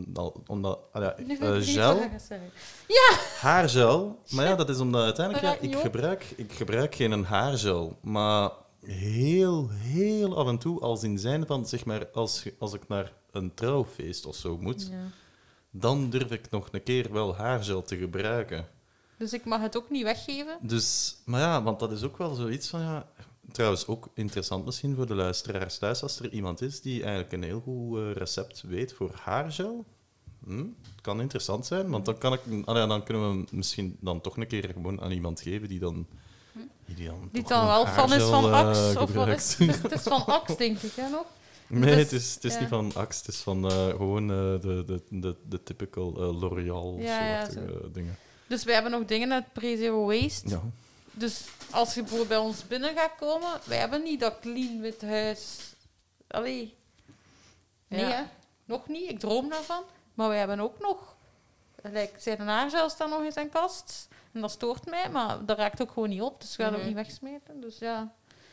Nu gel, Sorry. haargel, maar ja, dat is omdat uiteindelijk, Dat raakt niet ik gebruik geen haargel, maar heel, heel af en toe, als in zijn van, zeg maar, als ik naar een trouwfeest of zo moet, Ja. dan durf ik nog een keer wel haargel te gebruiken. Dus ik mag het ook niet weggeven. Dus, maar ja, want dat is ook wel zoiets van, ja... Trouwens, ook interessant misschien voor de luisteraars thuis, als er iemand is die eigenlijk een heel goed recept weet voor haargel. Het kan interessant zijn, want dan dan kunnen we hem misschien dan toch een keer gewoon aan iemand geven die dan... Die toch dan nog wel van is van haargel, Axe. Of wat is gebruikt. het? Het is van Axe, denk ik, hè, nog? Nee, Dus, het is ja. niet van Axe, het is van gewoon de typical L'Oreal Ja, soortige dingen. Dus wij hebben nog dingen uit pre-zero waste. Ja. Dus als je bijvoorbeeld bij ons binnen gaat komen, wij hebben niet dat clean wit huis. Allee. Nee, Ja. hè? Nog niet. Ik droom daarvan. Maar wij hebben ook nog... Zijn haargel staat nog in zijn kast. En dat stoort mij, maar dat raakt ook gewoon niet op. Dus we gaan het ook niet wegsmeten. Dus ja...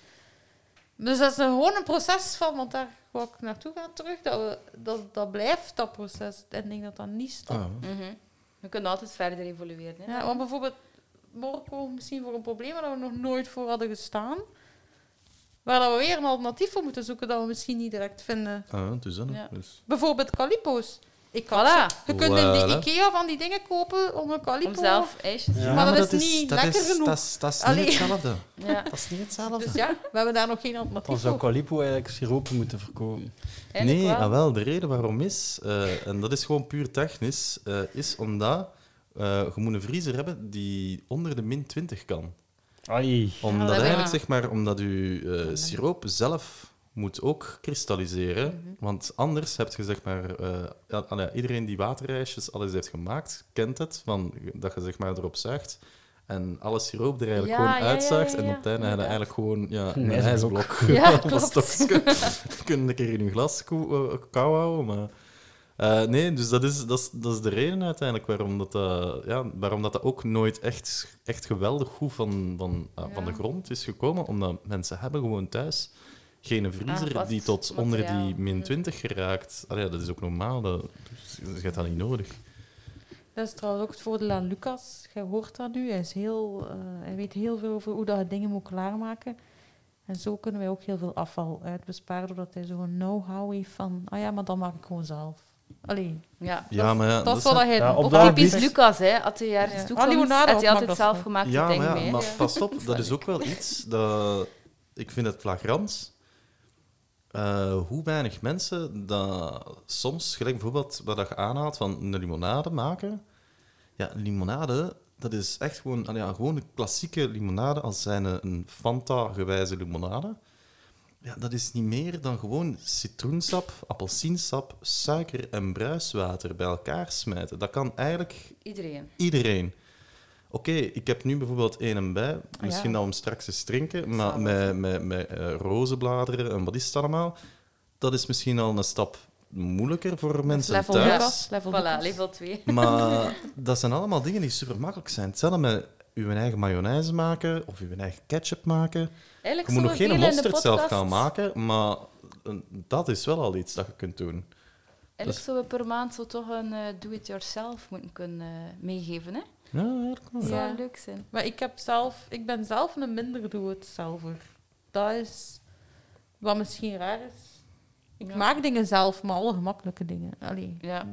Dus dat is gewoon een proces van... Want daar wou ik naartoe gaan terug. Dat blijft, dat proces. En ik denk dat dat niet stopt. Ah, We kunnen altijd verder evolueren. Hè? Ja, want bijvoorbeeld... Morgen komen we misschien voor een probleem waar we nog nooit voor hadden gestaan. Waar dat we weer een alternatief voor moeten zoeken dat we misschien niet direct vinden. dus dan. Ja. Dus. Bijvoorbeeld Calippo's. Je kunt in de Voilà. Ikea van die dingen kopen om een Calippo. Om zelf ijsjes te Ja, Maar dat is niet lekker genoeg. Dat is Allee. niet hetzelfde. Ja. Dat is niet hetzelfde. Dus ja, we hebben daar nog geen Dan alternatief zou voor. Calippo eigenlijk siropen moeten verkopen. Eigenlijk Nee, wel. wel. De reden waarom is, en dat is gewoon puur technisch, is omdat je moet een vriezer hebben die onder de min 20 kan. Ai. Omdat dat eigenlijk, weet zeg maar, omdat je siroop zelf moet ook kristalliseren. Want anders heb je, zeg maar... iedereen die waterijsjes alles heeft gemaakt, kent het. Van, dat je, zeg maar, erop zuigt. En alle siroop er eigenlijk Ja, gewoon ja, uitzuigt. ja, En ja. op het einde heb je eigenlijk gewoon een Een ijsblok. Ja, op een klopt. stokje. Je kunt een keer in je glas kou houden, maar... nee, dus dat is de reden uiteindelijk waarom dat ook nooit echt geweldig goed van de grond is gekomen. Omdat mensen hebben gewoon thuis geen vriezer vast die tot onder materiaal. die min 20 geraakt. Allee, dat is ook normaal, dus je hebt dat niet nodig. Dat is trouwens ook het voordeel aan Lucas. Jij hoort dat nu. Hij weet heel veel over hoe dat je dingen moet klaarmaken. En zo kunnen wij ook heel veel afval uitbesparen, doordat hij zo'n know-how heeft van... maar dan maak ik gewoon zelf. Allee, Ja. Ja, maar ja, dat is wat hij Ja, op ook dat Typisch gebied- Lucas, hè. Als hij ergens Ja. toekomt, Limonade had hij ook, altijd mag dat zelf wel. gemaakte Ja, dingen maar, mee. hè. maar pas op, dat is ook wel iets dat... Ik vind het flagrant hoe weinig mensen dat soms, gelijk bijvoorbeeld wat je aanhaalt van een limonade maken. Ja, limonade, dat is echt gewoon, gewoon een klassieke limonade als zijn een Fanta-gewijze limonade. Ja, dat is niet meer dan gewoon citroensap, appelsiensap, suiker en bruiswater bij elkaar smijten. Dat kan eigenlijk iedereen. Oké, ik heb nu bijvoorbeeld één bij. Misschien ja. dat we hem straks eens drinken. Maar met rozenbladeren en wat is het allemaal? Dat is misschien al een stap moeilijker voor mensen level thuis. Lucas. Level Voilà, Lucas. level 2. Maar dat zijn allemaal dingen die super makkelijk zijn. Hetzelfde met uw eigen mayonaise maken of uw eigen ketchup maken. Eigenlijk Je moet nog geen zoveel in de mosterd zelf podcast- gaan maken, maar dat is wel al iets dat je kunt doen. Eigenlijk zouden we per maand zo toch een do-it-yourself moeten kunnen meegeven. Hè? Ja, eigenlijk wel. Dat zou Ja. leuk zijn. Maar ik ben zelf een minder doe-het-zelver. Dat is wat misschien raar is. Ik Ja. maak dingen zelf, maar alle gemakkelijke dingen. Allee. Ja.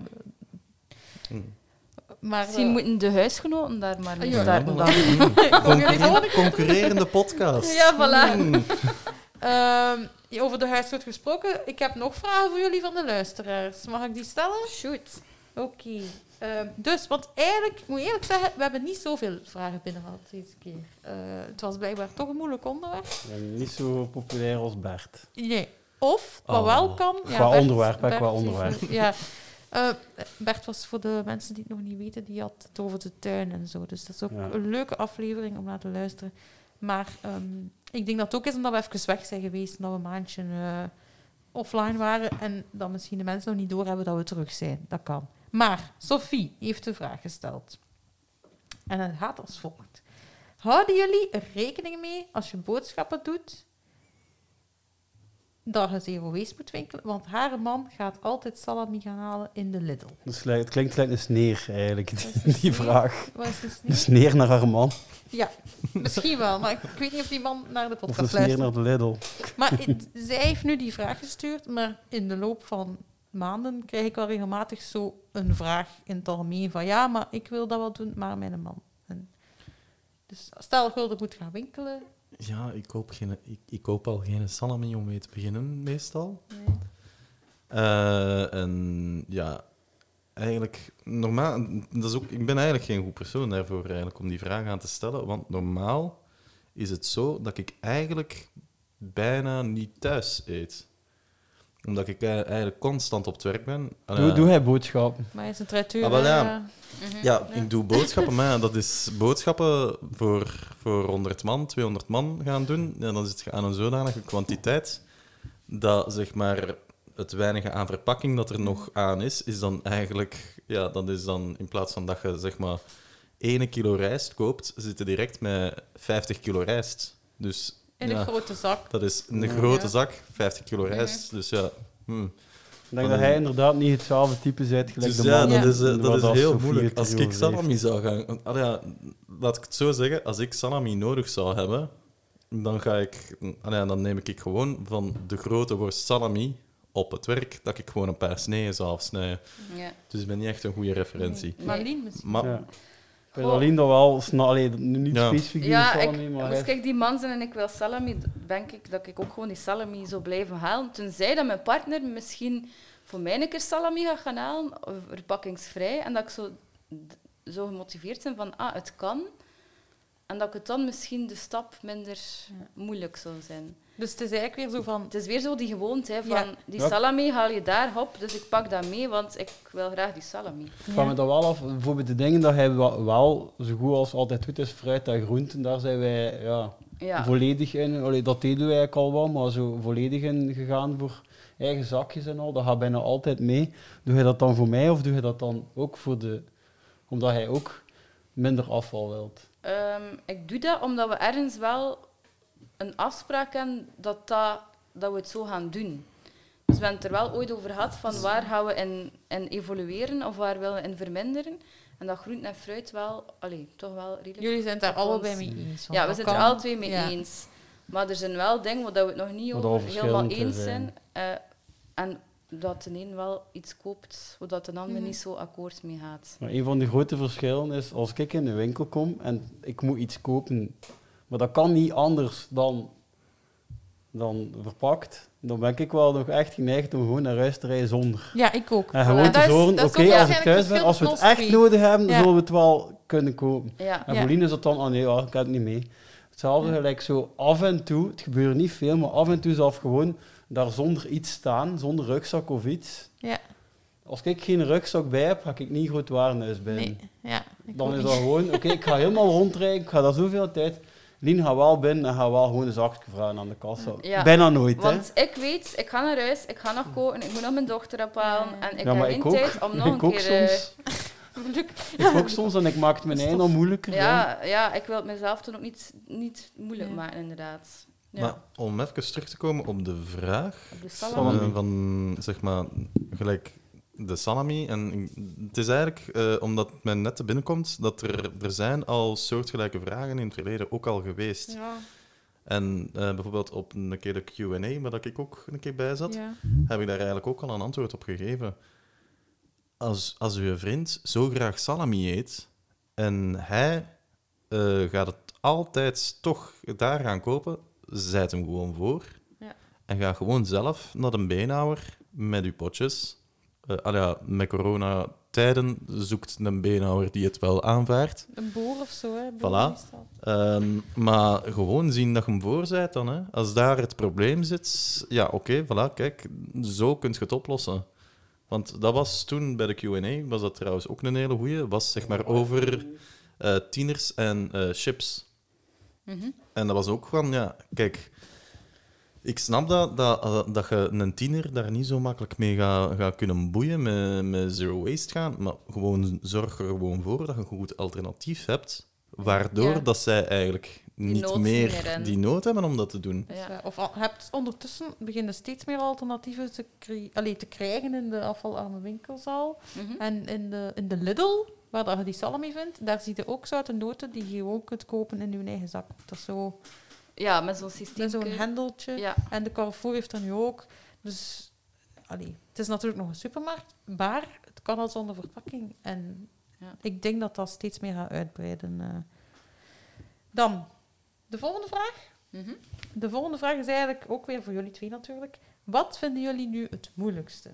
Maar, Misschien moeten de huisgenoten daar maar mee ja, starten dan. Concurrerende podcast. Ja, voilà. Hmm. over de huisgenoot gesproken, ik heb nog vragen voor jullie van de luisteraars. Mag ik die stellen? Shoot. Oké. Dus, want eigenlijk, ik moet eerlijk zeggen, we hebben niet zoveel vragen binnen gehad deze keer. Het was blijkbaar toch een moeilijk onderwerp. Ja, niet zo populair als Bert. Nee. Of, wat Oh. wel kan... Qua onderwerp, hè, Bert qua heeft- onderwerp. Ja. Bert was, voor de mensen die het nog niet weten, die had het over de tuin en zo. Dus dat is ook Ja. een leuke aflevering om naar te luisteren. Maar ik denk dat het ook is omdat we even weg zijn geweest en dat we een maandje offline waren en dat misschien de mensen nog niet doorhebben dat we terug zijn. Dat kan. Maar Sophie heeft een vraag gesteld. En het gaat als volgt. Houden jullie er rekening mee als je boodschappen doet dat je zero waste moet winkelen? Want haar man gaat altijd salami gaan halen in de Lidl. Dus het klinkt gelijk een sneer, eigenlijk, die vraag. Wat is de Een sneer? sneer naar haar man. Ja, misschien wel, maar ik weet niet of die man naar de Of een podcast sneer luistert. naar de Lidl. Maar zij heeft nu die vraag gestuurd, maar in de loop van maanden krijg ik wel regelmatig zo een vraag in het algemeen van ja, maar ik wil dat wel doen, maar mijn man. Dus stel ik wilde moet gaan winkelen. Ja, ik koop al geen salami om mee te beginnen, meestal. Nee. En ja, eigenlijk, normaal, dat is ook, ik ben eigenlijk geen goed persoon daarvoor eigenlijk, om die vraag aan te stellen. Want normaal is het zo dat ik eigenlijk bijna niet thuis eet. omdat ik eigenlijk constant op het werk ben. Doe hij boodschappen? Maar hij is een traiteur. Ah, wel, ja. Mhm. Ja, ik doe boodschappen, maar dat is boodschappen voor 100 man, 200 man gaan doen. En dan zit je aan een zodanige kwantiteit dat, zeg maar, het weinige aan verpakking dat er nog aan is dan eigenlijk... Ja, dat is dan in plaats van dat je, zeg maar, 1 kilo rijst koopt, zit je direct met 50 kilo rijst. Dus In een grote zak. dat is een grote zak, 50 kilo rijst. Dus ja... Ik denk dat hij inderdaad niet hetzelfde type bent gelijk Dus de ja, man. dat is heel Sophie moeilijk. het Als ik erover salami heeft. zou gaan... laat ik het zo zeggen. Als ik salami nodig zou hebben, dan dan neem ik gewoon van de grote worst salami op het werk, dat ik gewoon een paar sneeën zou afsnijden. Ja. Dus ik ben niet echt een goede referentie. Nee. Marleen misschien. Maar Ja. Bij Aline dat wel snel, niet Ja. specifiek die Ja, salami, maar als hij... ik die man zijn en ik wil salami, denk ik dat ik ook gewoon die salami zou blijven halen. Tenzij dat mijn partner misschien voor mij een keer salami gaat gaan halen, verpakkingsvrij, en dat ik zo gemotiveerd ben van, het kan. En dat ik het dan misschien de stap minder moeilijk zou zijn. Dus het is eigenlijk weer zo van... Het is weer zo die gewoonte, hè, van Ja. die Ja. salami haal je daar op, dus ik pak dat mee, want ik wil graag die salami. Ik vraag me dat wel af, bijvoorbeeld de dingen dat hij wel zo goed als altijd doet, is fruit en groenten. Daar zijn wij Ja. volledig in. Allee, dat deden wij eigenlijk al wel, maar zo volledig in gegaan voor eigen zakjes en al. Dat gaat bijna altijd mee. Doe je dat dan voor mij of doe je dat dan ook voor omdat hij ook minder afval wilt? Ik doe dat omdat we ergens wel een afspraak hebben dat we het zo gaan doen. Dus we hebben het er wel ooit over gehad van waar gaan we in evolueren of waar willen we in verminderen. En dat groente en fruit wel, toch wel redelijk... Jullie zijn het daar op ons- allebei mee eens. want Ja, we dat zijn het er kan. alle twee mee Ja. eens. Maar er zijn wel dingen waar we het nog niet Waar over we helemaal verschillend eens zijn. zijn. En dat de een wel iets koopt, waar de ander Mhm. niet zo akkoord mee gaat. Maar een van de grote verschillen is, als ik in de winkel kom en ik moet iets kopen, maar dat kan niet anders dan verpakt, dan ben ik wel nog echt geneigd om gewoon naar huis te rijden zonder. Ja, ik ook. En gewoon Dat te is- zorgen, dat is oké, ook als ik waarschijnlijk thuis ben, verschil als we het tussen ons echt twee. nodig hebben, Ja. zullen we het wel kunnen kopen. Ja. En Ja. voor Lien is dat dan, nee, ik heb het niet mee. Hetzelfde gelijk zo af en toe, het gebeurt niet veel, maar af en toe zelf gewoon daar zonder iets staan, zonder rugzak of iets. Ja. Als ik geen rugzak bij heb, ga ik niet goed warenhuis binnen. Nee. Ja, ik Dan ook is niet. dat gewoon, oké, ik ga helemaal rondrijden, ik ga daar zoveel tijd. Lien gaat wel binnen en gaat wel gewoon een zakje vragen aan de kassa. Ja. Bijna nooit, hè. Want ik weet, ik ga naar huis, ik ga nog koken, ik moet nog mijn dochter ophalen Ja. en ik Ja, heb maar geen ik ook. tijd om nog Ik een ook keer... soms. Ik ook soms en ik maak het mijn eigen al moeilijker. hè. ja, ik wil het mezelf toen ook niet moeilijk Ja. maken, inderdaad. Ja. Maar om even terug te komen op de vraag Op de Salami. salami. van, zeg maar, gelijk de salami. En het is eigenlijk, omdat het mij net te binnenkomt, dat er zijn al soortgelijke vragen in het verleden ook al geweest. Ja. En bijvoorbeeld op een keer de Q&A, waar dat ik ook een keer bij zat, Ja. heb ik daar eigenlijk ook al een antwoord op gegeven. Als uw vriend zo graag salami eet en hij gaat het altijd toch daar gaan kopen, zet hem gewoon voor. Ja. En ga gewoon zelf naar de beenhouwer met uw potjes. Met coronatijden zoekt een beenhouwer die het wel aanvaardt. Een boer of zo, hè. Boer Voilà. meestal. Maar gewoon zien dat je hem voor bent dan. Hè. Als daar het probleem zit, ja, oké, voilà, kijk, zo kun je het oplossen. Want dat was toen bij de Q&A, was dat trouwens ook een hele goeie, was zeg maar over tieners en chips. Mhm. En dat was ook van, ja, kijk, ik snap dat je een tiener daar niet zo makkelijk mee gaat kunnen boeien, met zero waste gaan, maar gewoon zorg er gewoon voor dat je een goed alternatief hebt, waardoor Ja. dat zij eigenlijk niet nood niet meer meer hebben. die nood hebben om dat te doen. Dus, Ja. of hebt ondertussen beginnen steeds meer alternatieven te krijgen in de afvalarme winkelzaal. Mhm. En in de Lidl, waar dat je die salami vindt, daar zie je ook zoute noten die je gewoon kunt kopen in je eigen zak. Dat is zo, Ja, met zo'n systeem. met zo'n hendeltje. Ja. En de Carrefour heeft dat nu ook. Dus het is natuurlijk nog een supermarkt, maar het kan al zonder verpakking. En Ja. ik denk dat dat steeds meer gaat uitbreiden. Dan, de volgende vraag. Mhm. De volgende vraag is eigenlijk ook weer voor jullie twee natuurlijk. Wat vinden jullie nu het moeilijkste?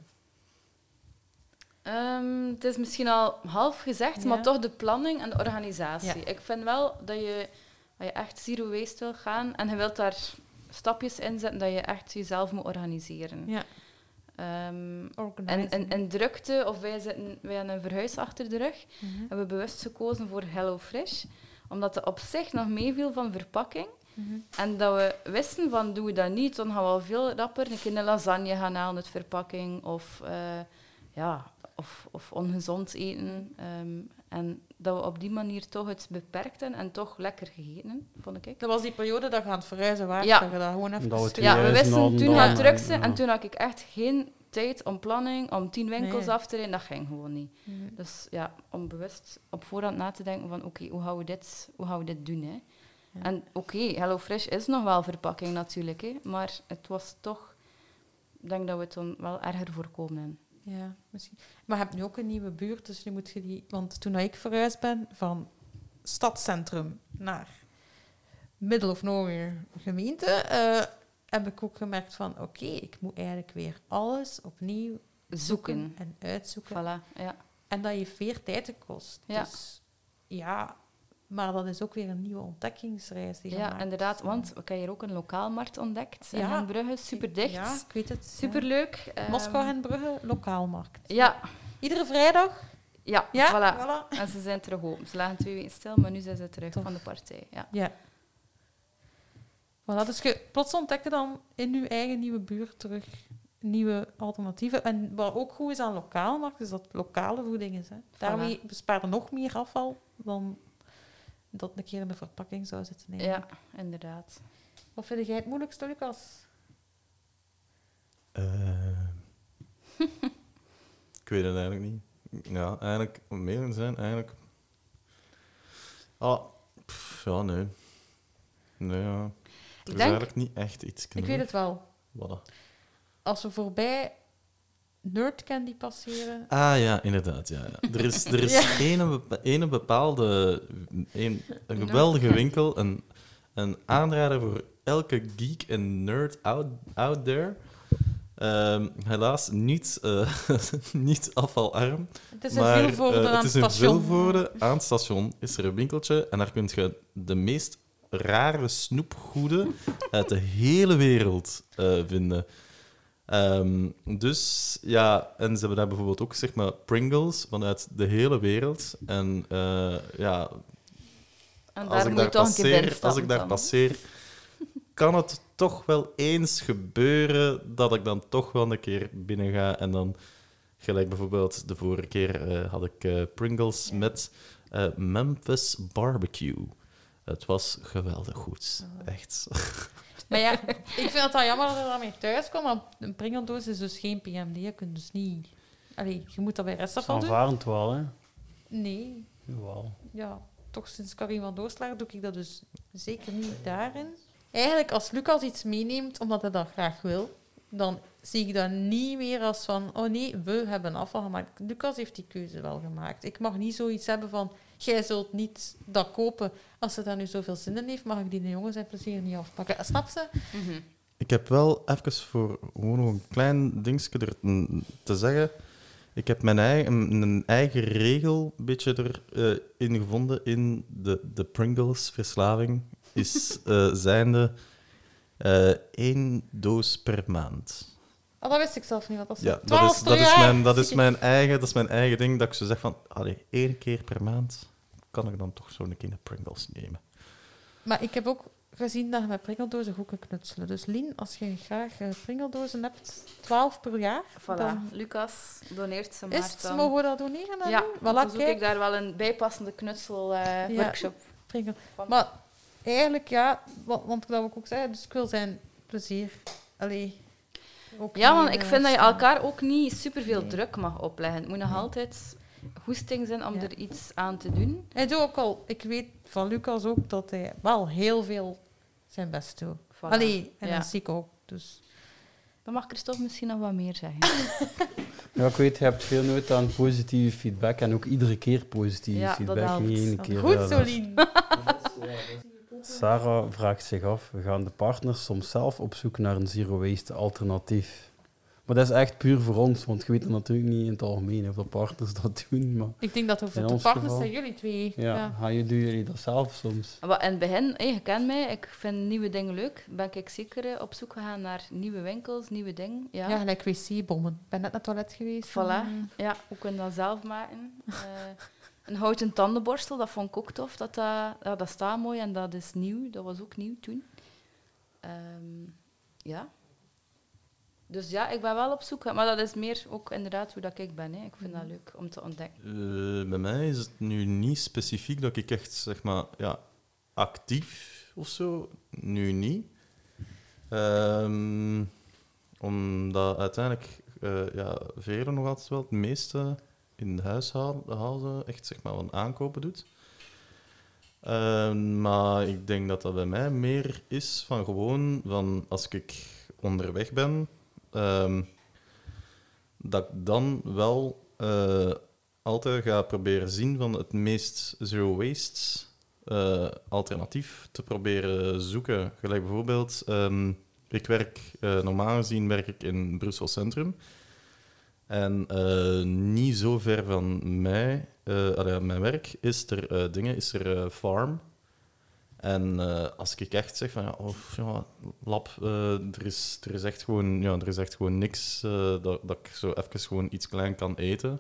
Het is misschien al half gezegd, Ja. maar toch de planning en de organisatie. Ja. Ik vind wel dat je echt zero waste wil gaan en je wilt daar stapjes in zetten dat je echt jezelf moet organiseren. Ja. En drukte, of wij hebben een verhuis achter de rug, Mhm. hebben we bewust gekozen voor HelloFresh, omdat het op zich nog meeviel van verpakking. Mhm. En dat we wisten van, doen we dat niet, dan gaan we al veel rapper een keer een lasagne gaan halen uit verpakking, of ongezond eten. En dat we op die manier toch het beperkten en toch lekker gegeten, vond ik. Dat was die periode dat je aan het verhuizen was. Ja. Dat je dat gewoon even... Dat we twee Ja, we huizen wisten, hadden toen dan, gaat het druk zijn ja. en toen had ik echt geen tijd om planning, om 10 winkels Nee. af te rijden, dat ging gewoon niet. Mhm. Dus ja, om bewust op voorhand na te denken van oké, hoe gaan we dit doen? Hè? Ja. En oké, HelloFresh is nog wel verpakking natuurlijk, hè, maar het was toch, ik denk dat we het dan wel erger voorkomen hebben. Ja, misschien. Maar je hebt nu ook een nieuwe buurt, dus nu moet je die... Want toen ik verhuisd ben van stadscentrum naar middle of nowhere gemeente, heb ik ook gemerkt van, oké, ik moet eigenlijk weer alles opnieuw Zoeken. en uitzoeken. Voilà, ja. En dat heeft weer tijd gekost. Ja. Dus ja, maar dat is ook weer een nieuwe ontdekkingsreis die je Ja, maakt. inderdaad, want we hebben hier ook een lokaalmarkt ontdekt in Ja. Henbrugge, super dicht, Ja, ik weet het. superleuk. Moskou en Brugge, lokaalmarkt. Ja, Iedere vrijdag? ja, Ja, voilà. En ze zijn terug open. Ze lagen 2 weken stil, maar nu zijn ze terug Tof. van de partij. Ja. Ja. Voilà, dus je plots ontdekte dan in je eigen nieuwe buurt terug nieuwe alternatieven. En wat ook goed is aan lokaalmarkt, is dat het lokale voeding is. Hè. Daarmee bespaar je nog meer afval dan dat een keer in de verpakking zou zitten. Eigenlijk. Ja, inderdaad. Wat vind jij het moeilijkste, Lucas? Ik weet het eigenlijk niet. Ja, eigenlijk, om meer te zijn, eigenlijk... Ja, nee. Nee, ja. Er is denk- eigenlijk niet echt iets. Ik weet het wel. Wat? Als we voorbij Nerd Candy passeren... Ah ja, inderdaad. Ja, ja. Er is Ja. ene bepaalde, een geweldige winkel, een aanrader voor elke geek en nerd out there. Helaas niet, niet afvalarm. Het is een maar Vilvoorde aan het is in station. Vilvoorde aan het station is er een winkeltje en daar kun je de meest rare snoepgoeden uit de hele wereld vinden. Dus ja, en ze hebben daar bijvoorbeeld ook zeg maar Pringles vanuit de hele wereld. En ja, En als daar ik moet je daar toch een keer passeer, binnenstappen dan. kan het toch wel eens gebeuren dat ik dan toch wel een keer binnen ga en dan, gelijk bijvoorbeeld de vorige keer had ik Pringles met Memphis barbecue. Het was geweldig goed, echt. Maar ja, ik vind het dan jammer dat er daarmee thuis komt, want een pringeldoos is dus geen PMD. Je kunt dus niet... Allee, je moet dat bij restafval doen. Aanvarend wel, hè? Nee, Jawel. ja, toch sinds Karin van Doorslager doe ik dat dus zeker niet daarin. Eigenlijk, als Lucas iets meeneemt, omdat hij dat graag wil, dan zie ik dat niet meer als van, oh nee, we hebben afval gemaakt. Lucas heeft die keuze wel gemaakt. Ik mag niet zoiets hebben van, jij zult niet dat kopen. Als er daar nu zoveel zin in heeft, mag ik die jongen zijn plezier niet afpakken. Snap ze? Mhm. Ik heb wel even voor gewoon nog een klein dingetje er te zeggen. Ik heb een eigen regel een beetje erin gevonden in de Pringles-verslaving. Is zijnde 1 doos per maand. Oh, dat wist ik zelf niet, wat dat is. Ja, 12 per dat jaar. is mijn eigen ding. Dat ik zo zeg van, allee, 1 keer per maand kan ik dan toch zo'n keer een Pringles nemen. Maar ik heb ook gezien dat je met pringeldozen goed kan knutselen. Dus Lien, als je graag pringeldozen hebt, 12 per jaar, Voilà, dan Lucas doneert ze maar is het, dan. mogen we dat doneren aan Ja, u? dan Voilà, zoek kijk, ik daar wel een bijpassende knutsel-workshop. pringel. Maar eigenlijk, ja, want dat wil ik ook zeggen, dus ik wil zijn plezier. Allee, ook Ja, want hier, ik vind dat je staan. elkaar ook niet superveel Nee. druk mag opleggen. Het moet nog altijd goesting zijn om Ja. er iets aan te doen. Hij doet ook al, ik weet van Lucas ook dat hij wel heel veel zijn best doet. Voilà. Allee, en Ja. dat zie ik ook. Dus. Dan mag Christophe misschien nog wat meer zeggen. Ja, ik weet, je hebt veel nood aan positieve feedback en ook iedere keer positieve Ja, dat feedback. helpt. Niet één Dat keer. Goed ja, zo, dat is- Lien. Sarah vraagt zich af, gaan de partners soms zelf op zoek naar een zero-waste alternatief? Maar dat is echt puur voor ons, want je weet het natuurlijk niet in het algemeen of de partners dat doen. Maar Ik denk dat In over de ons partners geval- zijn jullie twee. ja, doen jullie dat zelf soms? Maar in het begin, je kent mij, ik vind nieuwe dingen leuk. Ben ik zeker op zoek gegaan naar nieuwe winkels, nieuwe dingen. Ja, Ja, gelijk wc-bommen. Ik ben net naar het toilet geweest. Voilà. Ja, we kunnen dat zelf maken. Een houten tandenborstel, dat vond ik ook tof. Dat staat mooi en dat is nieuw. Dat was ook nieuw toen. Ja. Dus ja, ik ben wel op zoek. Maar dat is meer ook inderdaad hoe dat ik ben. Hè. Ik vind dat leuk om te ontdekken. Bij mij is het nu niet specifiek dat ik echt, zeg maar, ja, actief of zo. Nu niet. Omdat uiteindelijk Veren nog altijd wel het meeste in de huishouden echt, zeg maar, van aankopen doet. Maar ik denk dat dat bij mij meer is van gewoon van als ik onderweg ben, dat ik dan wel altijd ga proberen zien van het meest zero waste alternatief te proberen zoeken. Gelijk bijvoorbeeld, normaal gezien werk ik in Brussel Centrum. En niet zo ver van mij, mijn werk, is er farm. En als ik echt zeg van lab, er is echt gewoon niks dat ik zo even gewoon iets klein kan eten.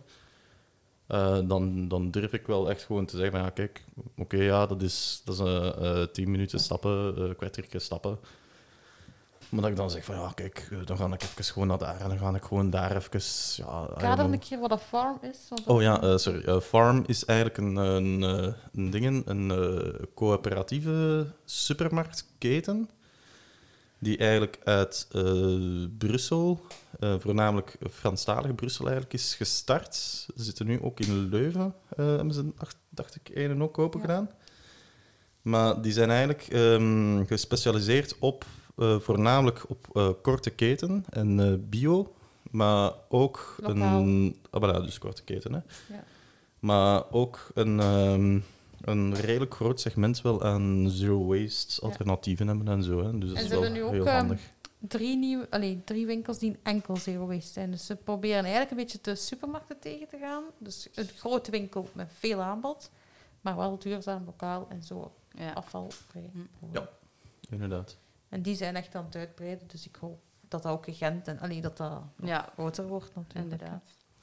Dan durf ik wel echt gewoon te zeggen van kijk, dat is 10 minuten stappen, kwartiertje stappen. Maar dat ik dan zeg van kijk, dan ga ik even gewoon naar daar en dan ga ik gewoon daar even... Ga dan een keer wat een farm is? Sorry. Farm is eigenlijk een coöperatieve supermarktketen die eigenlijk uit Brussel, voornamelijk Franstalig Brussel eigenlijk, is gestart. Ze zitten nu ook in Leuven, hebben ze, dacht ik, een ook open gedaan. Maar die zijn eigenlijk gespecialiseerd op... voornamelijk op korte keten en bio, maar ook dus korte keten, hè. Ja. Maar ook een redelijk groot segment wel aan zero waste alternatieven hebben en zo. Hè. Dus dat En is ze wel hebben nu heel ook handig. 3 winkels die enkel zero waste zijn. Dus ze proberen eigenlijk een beetje de supermarkten tegen te gaan. Dus een grote winkel met veel aanbod, maar wel duurzaam, lokaal en zo afvalvrij. Ja, inderdaad. En die zijn echt aan het uitbreiden, dus ik hoop dat dat ook in Gent en dat nog groter wordt natuurlijk. Inderdaad.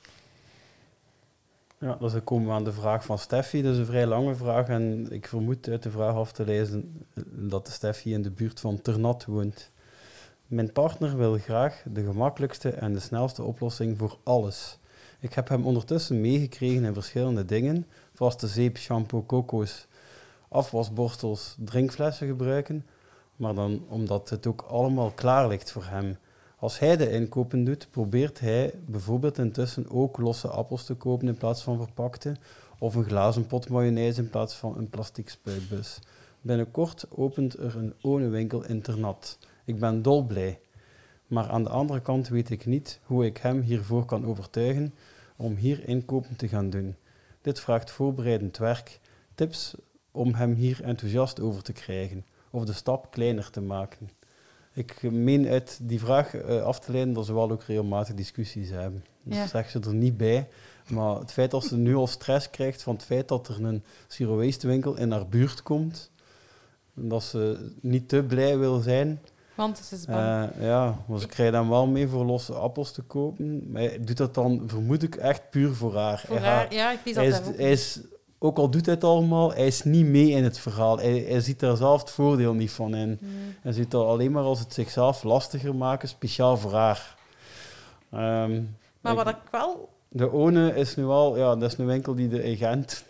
Ja, dus dan komen we aan de vraag van Steffi. Dat is een vrij lange vraag en ik vermoed uit de vraag af te lezen dat de Steffi in de buurt van Ternat woont. Mijn partner wil graag de gemakkelijkste en de snelste oplossing voor alles. Ik heb hem ondertussen meegekregen in verschillende dingen, vaste zeep, shampoo, coco's, afwasborstels, drinkflessen gebruiken, maar dan omdat het ook allemaal klaar ligt voor hem. Als hij de inkopen doet, probeert hij bijvoorbeeld intussen ook losse appels te kopen in plaats van verpakte, of een glazen pot mayonaise in plaats van een plastic spuitbus. Binnenkort opent er een One-winkel in Ternat. Ik ben dolblij. Maar aan de andere kant weet ik niet hoe ik hem hiervoor kan overtuigen om hier inkopen te gaan doen. Dit vraagt voorbereidend werk, tips om hem hier enthousiast over te krijgen, of de stap kleiner te maken. Ik meen uit die vraag af te leiden dat ze wel ook regelmatig discussies hebben. Dus dat zegt ze er niet bij. Maar het feit dat ze nu al stress krijgt van het feit dat er een zero waste winkel in haar buurt komt, en dat ze niet te blij wil zijn. Want ze is bang. Maar ze krijgt dan wel mee voor losse appels te kopen. Maar hij doet dat dan, vermoed ik, echt puur voor haar. Ik lees dat ook. Hij is, ook al doet hij het allemaal, hij is niet mee in het verhaal. Hij ziet daar zelf het voordeel niet van in. Hij ziet dat alleen maar als het zichzelf lastiger maken, speciaal voor haar. Maar wat ik wel... De One is nu al... Ja, dat is een winkel die de in Gent...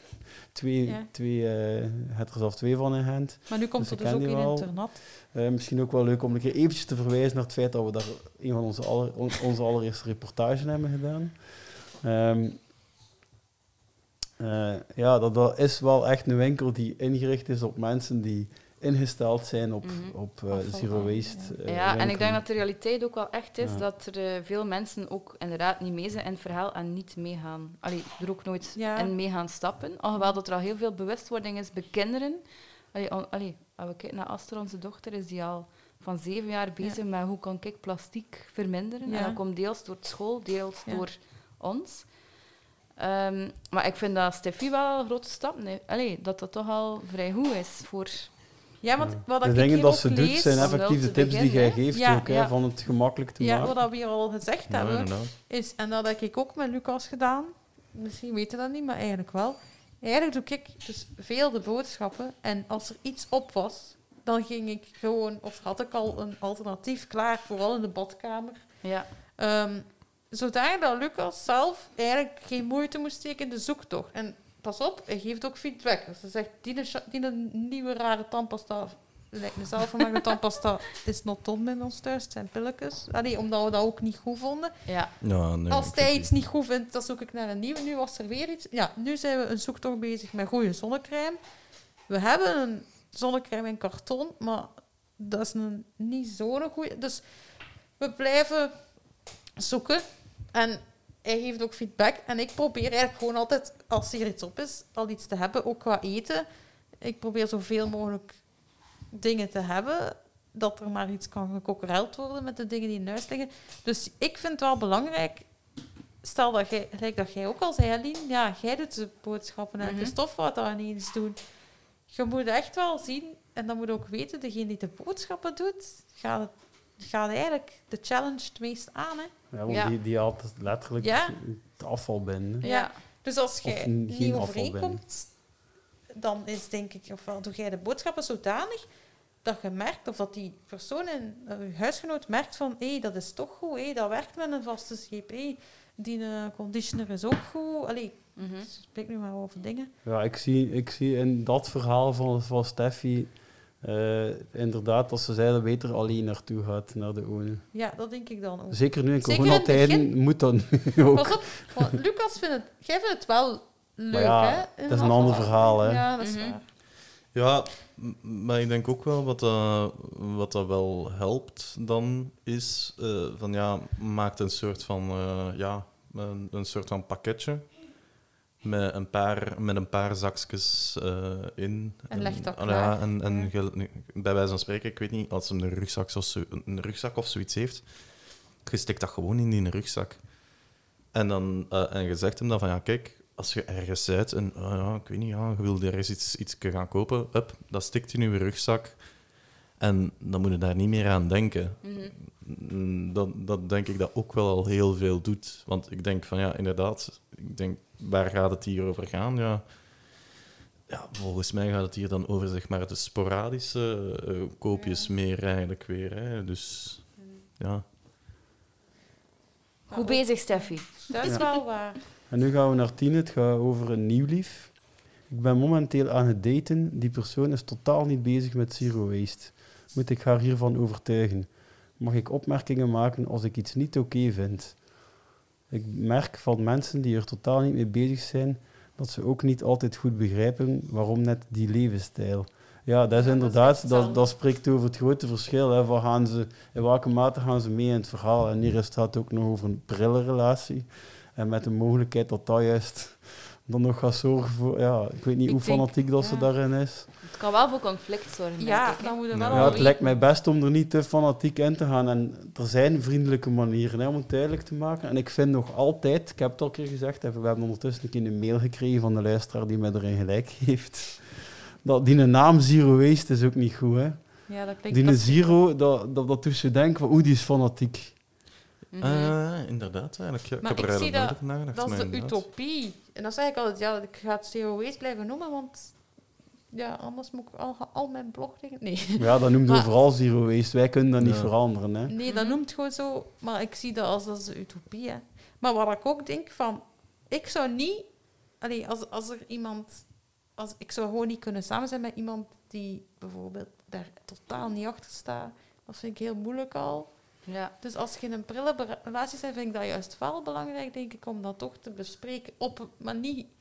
Het er zelf 2 van in Gent. Maar nu komt er dus ook in Ternat. Misschien ook wel leuk om een keer eventjes te verwijzen naar het feit dat we daar een van onze allereerste reportages hebben gedaan. Dat is wel echt een winkel die ingericht is op mensen die ingesteld zijn op zero waste. En ik denk dat de realiteit ook wel echt is dat er veel mensen ook inderdaad niet mee zijn in het verhaal en niet meegaan. Er ook nooit in mee gaan stappen. Alhoewel dat er al heel veel bewustwording is bij kinderen. Als we kijken naar Aster, onze dochter, is die al van 7 jaar bezig met hoe kan ik plastiek verminderen. Ja. En dat komt deels door school, deels Ja. door ons. Maar ik vind dat Steffi wel een grote stap neemt. Allee, dat toch al vrij goed is voor... Ja, want wat De ik dingen hier dat ook ze doet lees, zijn Van effectief nul de te tips die beginnen, jij hè? geeft Ja, ook, hè, ja. van het gemakkelijk te ja, maken. wat we hier al gezegd Ja, hebben, inderdaad. is, en dat heb ik ook met Lucas gedaan, misschien weet je dat niet, maar eigenlijk wel. Eigenlijk doe ik dus veel de boodschappen en als er iets op was, dan ging ik gewoon, of had ik al een alternatief klaar, vooral in de badkamer. Ja. Zodanig dat Lucas zelf eigenlijk geen moeite moest steken in de zoektocht. En pas op, hij geeft ook feedback. Als hij zegt, die nieuwe rare tandpasta, lijkt me zelf gemaakte tandpasta, is not done in ons thuis, het zijn pilletjes. Allee, omdat we dat ook niet goed vonden. Ja. Ja, nee, Als ik hij vind iets niet goed vindt, dan zoek ik naar een nieuwe. Nu was er weer iets. Ja, nu zijn we een zoektocht bezig met goede zonnecrème. We hebben een zonnecrème in karton, maar dat is niet zo'n goede. Dus we blijven zoeken. En hij geeft ook feedback. En ik probeer eigenlijk gewoon altijd, als er iets op is, al iets te hebben, ook qua eten. Ik probeer zoveel mogelijk dingen te hebben, dat er maar iets kan gekokkereld worden met de dingen die in huis liggen. Dus ik vind het wel belangrijk, stel dat jij, gelijk dat jij ook al zei, Aline, ja, jij doet de boodschappen en de stof wat we ineens doen. Je moet echt wel zien, en dan moet je ook weten, degene die de boodschappen doet, gaat eigenlijk de challenge het meest aan. Hè? Ja, want Ja. die had letterlijk Ja. het afval binnen. Ja. Dus als Of jij geen niet afval overeenkomt, dan is denk ik, ofwel doe jij de boodschappen zodanig dat je merkt, of dat die persoon in je huisgenoot merkt van, hé, dat is toch goed, hé, dat werkt met een vaste scheep, hé, die conditioner is ook goed. Allee, Mhm. ik spreek nu maar over dingen. Ja, ik zie in dat verhaal van Steffi inderdaad dat ze zei dat beter alleen naartoe gaat, naar de ONU. Ja, dat denk ik dan ook. Zeker nu in Zeker in het coronatijden moet dat nu ook. Pas op, want Lucas jij vindt het wel leuk, Maar ja, hè? dat is een ander verhaal, hè. Ja, dat is Mhm. waar. Ja, maar ik denk ook wel wat dat wel helpt dan is van ja, maakt een soort van een soort van pakketje met een paar zakjes in. En legt dat ja, klaar. en bij wijze van spreken, ik weet niet, als ze een rugzak of zoiets heeft, je stikt dat gewoon in die rugzak. En dan en je zegt hem dan van ja, kijk, als je ergens bent en ik weet niet, je wil ergens iets gaan kopen, up, dat stikt in je rugzak. En dan moet je daar niet meer aan denken. Dat denk ik dat ook wel al heel veel doet. Want ik denk van ja, inderdaad, waar gaat het hier over gaan? Ja, volgens mij gaat het hier dan over zeg maar de sporadische koopjes meer eigenlijk weer. Hè. Dus ja. Goed bezig, Steffi. Dat is wel waar. En nu gaan we naar 10. Het gaat over een nieuw lief. Ik ben momenteel aan het daten. Die persoon is totaal niet bezig met zero waste. Moet ik haar hiervan overtuigen? Mag ik opmerkingen maken als ik iets niet oké vind? Ik merk van mensen die er totaal niet mee bezig zijn, dat ze ook niet altijd goed begrijpen waarom net die levensstijl. Ja, dat is Ja, inderdaad, dat is dat spreekt over het grote verschil. Hè, van in welke mate gaan ze mee in het verhaal? En hier gaat het ook nog over een prille relatie. En met de mogelijkheid dat dat juist dan nog gaat zorgen voor... Ja, ik weet niet hoe denk, fanatiek dat ze ja. daarin is. Het kan wel voor conflict zorgen, Ja, denk ik. dan moet je Ja. wel Ja, al het weten. lijkt mij best om er niet te fanatiek in te gaan. En er zijn vriendelijke manieren hè, om het duidelijk te maken. En ik vind nog altijd, ik heb het al een keer gezegd, we hebben ondertussen een keer een mail gekregen van de luisteraar die mij erin gelijk heeft. Die naam Zero Waste is ook niet goed. Hè. Ja, dat klinkt Die dat- Zero, dat doet je denken van, die is fanatiek. Inderdaad, eigenlijk. Ja, ik Maar heb er ik zie eigenlijk nooit over nagedacht. Dat is maar de inderdaad. utopie. En dan zeg ik altijd, ja, ik ga het zero waste blijven noemen, want ja, anders moet ik al mijn blog liggen. Nee. Ja, dat noemt Maar- overal Zero Waste. Wij kunnen dat niet Ja. veranderen. Hè. Nee, dat noemt gewoon zo, maar ik zie dat als de utopie. Hè. Maar wat ik ook denk van, ik zou niet, allee, als er iemand, ik zou gewoon niet kunnen samen zijn met iemand die bijvoorbeeld daar totaal niet achter staat. Dat vind ik heel moeilijk al. Ja. Dus als je in een prille relatie bent, vind ik dat juist wel belangrijk, denk ik, om dat toch te bespreken. Maar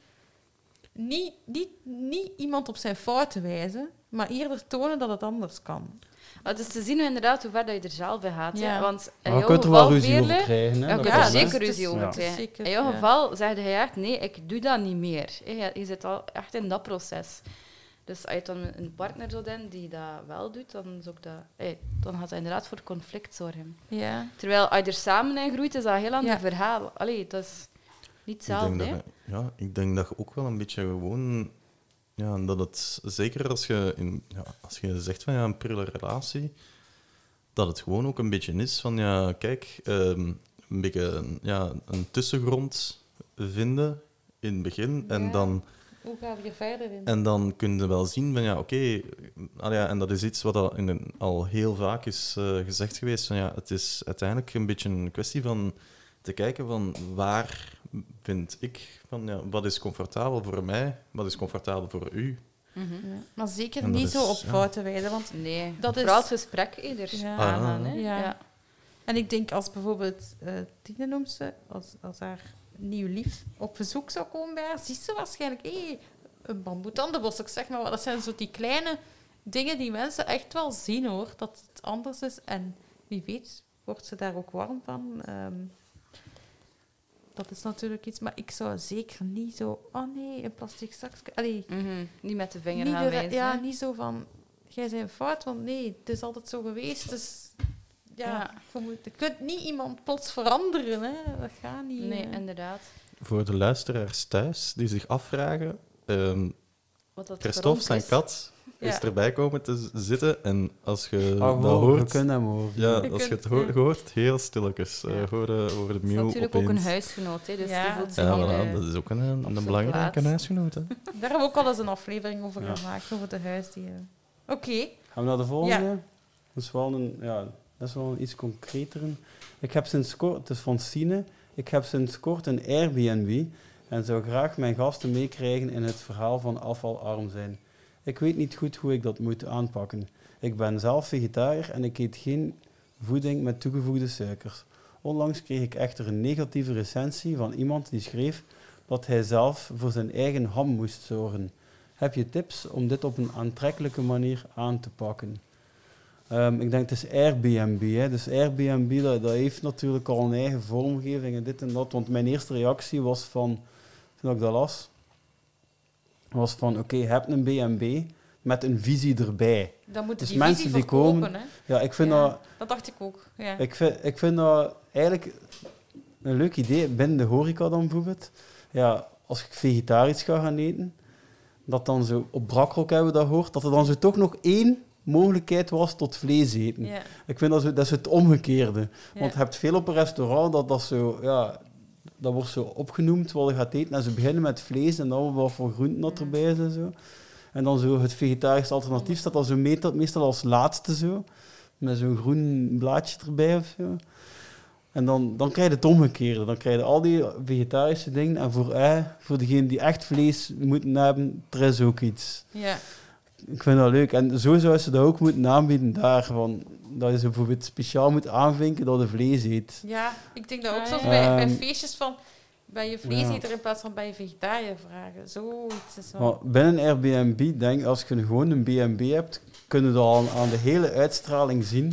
niet iemand op zijn fouten wijzen, maar eerder tonen dat het anders kan. Maar het is te zien inderdaad hoe ver dat je er zelf bij gaat. Ja. Hè? Want in Maar je jouw kunt er wel geval, ruzie over Veerle, krijgen. Hè. ja, Dat je kan, kunt er hè. zeker Dus ruzie het over is- krijgen. zeker, In jouw ja. geval zegde hij echt, nee, ik doe dat niet meer. Je zit al echt in dat proces. Dus als je dan een partner zou hebben die dat wel doet, dan gaat dat inderdaad voor conflict zorgen. Ja. Terwijl als je er samen in groeit, is dat een heel ander Ja. verhaal. Allee, dat is niet hetzelfde, hè? Ik denk dat je ook wel een beetje gewoon... Ja, dat het... Zeker als je zegt van een prille relatie, dat het gewoon ook een beetje is van, ja, kijk, een beetje een tussengrond vinden in het begin. Ja. En dan... Hoe gaan we hier verder in? En dan kun je wel zien van, ja, oké, en dat is iets wat al heel vaak is gezegd geweest, van, ja, het is uiteindelijk een beetje een kwestie van te kijken van waar vind ik van, ja, wat is comfortabel voor mij, wat is comfortabel voor u. Mhm. Ja. Maar zeker En dat niet zo op is, ja. foute wijze, want Nee, Dat is- vooral het gesprek eerder Ja. aangaan. Hè? Ja. Ja. En ik denk als bijvoorbeeld Tine noemt ze, als haar nieuw lief op bezoek zou komen bij haar, ziet ze waarschijnlijk een bamboetandenbos. Ik zeg maar wat, dat zijn zo die kleine dingen die mensen echt wel zien, hoor, dat het anders is. En wie weet wordt ze daar ook warm van. Dat is natuurlijk iets, maar ik zou zeker niet zo, oh nee, een plastic zakje. Allee, Mhm. Niet met de vinger niet gaan wijzen. ja, hè. niet zo van, jij bent fout, want nee, het is altijd zo geweest. Dus Ja. je kunt niet iemand plots veranderen, hè. Dat gaat niet. Nee, inderdaad. Voor de luisteraars thuis die zich afvragen, Wat dat voor Christophe, ons zijn is. kat, Ja. is erbij komen te zitten en als je Ah, dat je hoort... kunt hem horen. Ja, Je als je kunt, het ja. hoort, heel stilletjes. Ja. Voor de Het is meeuw natuurlijk opeens. ook een huisgenoot, hè, dus Ja. die voelt zich Ja, hier, voilà, dat is ook een zijn belangrijke plaats. huisgenoot. Hè. Daar hebben we ook al eens een aflevering over Ja. gemaakt, over de huisdieren. Oké. Gaan we naar de volgende? Ja. Dat is wel een iets concretere. Ik heb sinds kort, het is van Sine, ik heb sinds kort een Airbnb en zou graag mijn gasten meekrijgen in het verhaal van afvalarm zijn. Ik weet niet goed hoe ik dat moet aanpakken. Ik ben zelf vegetariër en ik eet geen voeding met toegevoegde suikers. Onlangs kreeg ik echter een negatieve recensie van iemand die schreef dat hij zelf voor zijn eigen ham moest zorgen. Heb je tips om dit op een aantrekkelijke manier aan te pakken? Ik denk het is Airbnb. Hè. Dus Airbnb dat heeft natuurlijk al een eigen vormgeving en dit en dat. Want mijn eerste reactie was van, toen ik dat las, was van oké, je hebt een B&B met een visie erbij. Dan moeten Dus die mensen visie die verkopen, komen- hè. Ja, ik vind Ja, dat... dat dacht ik ook. Ja. Ik vind dat eigenlijk een leuk idee binnen de horeca dan bijvoorbeeld. Ja, als ik vegetarisch ga gaan eten, dat dan zo op Brakrok hebben we dat gehoord, dat er dan zo toch nog één mogelijkheid was tot vlees eten. Ja. Ik vind dat is het omgekeerde. Ja. Want je hebt veel op een restaurant dat zo, ja, dat wordt zo opgenoemd wat je gaat eten. En ze beginnen met vlees en dan wat voor groenten dat erbij is en zo. En dan zo het vegetarische alternatief staat dan zo meestal als laatste zo. Met zo'n groen blaadje erbij of zo. En dan krijg je het omgekeerde. Dan krijg je al die vegetarische dingen. En voor degene die echt vlees moeten hebben, er is ook iets. Ja. Ik vind dat leuk. En zo zou ze dat ook moeten aanbieden daar. Van, dat je ze bijvoorbeeld speciaal moet aanvinken dat je vlees eet. Ja, ik denk dat ook Ah, soms ja. bij Ehm, feestjes van, ben je vleeseter in plaats van ben je vegetariër vragen. Zoiets is wel... Maar binnen Airbnb, denk ik, als je gewoon een B&B hebt, kun je dat aan de hele uitstraling zien.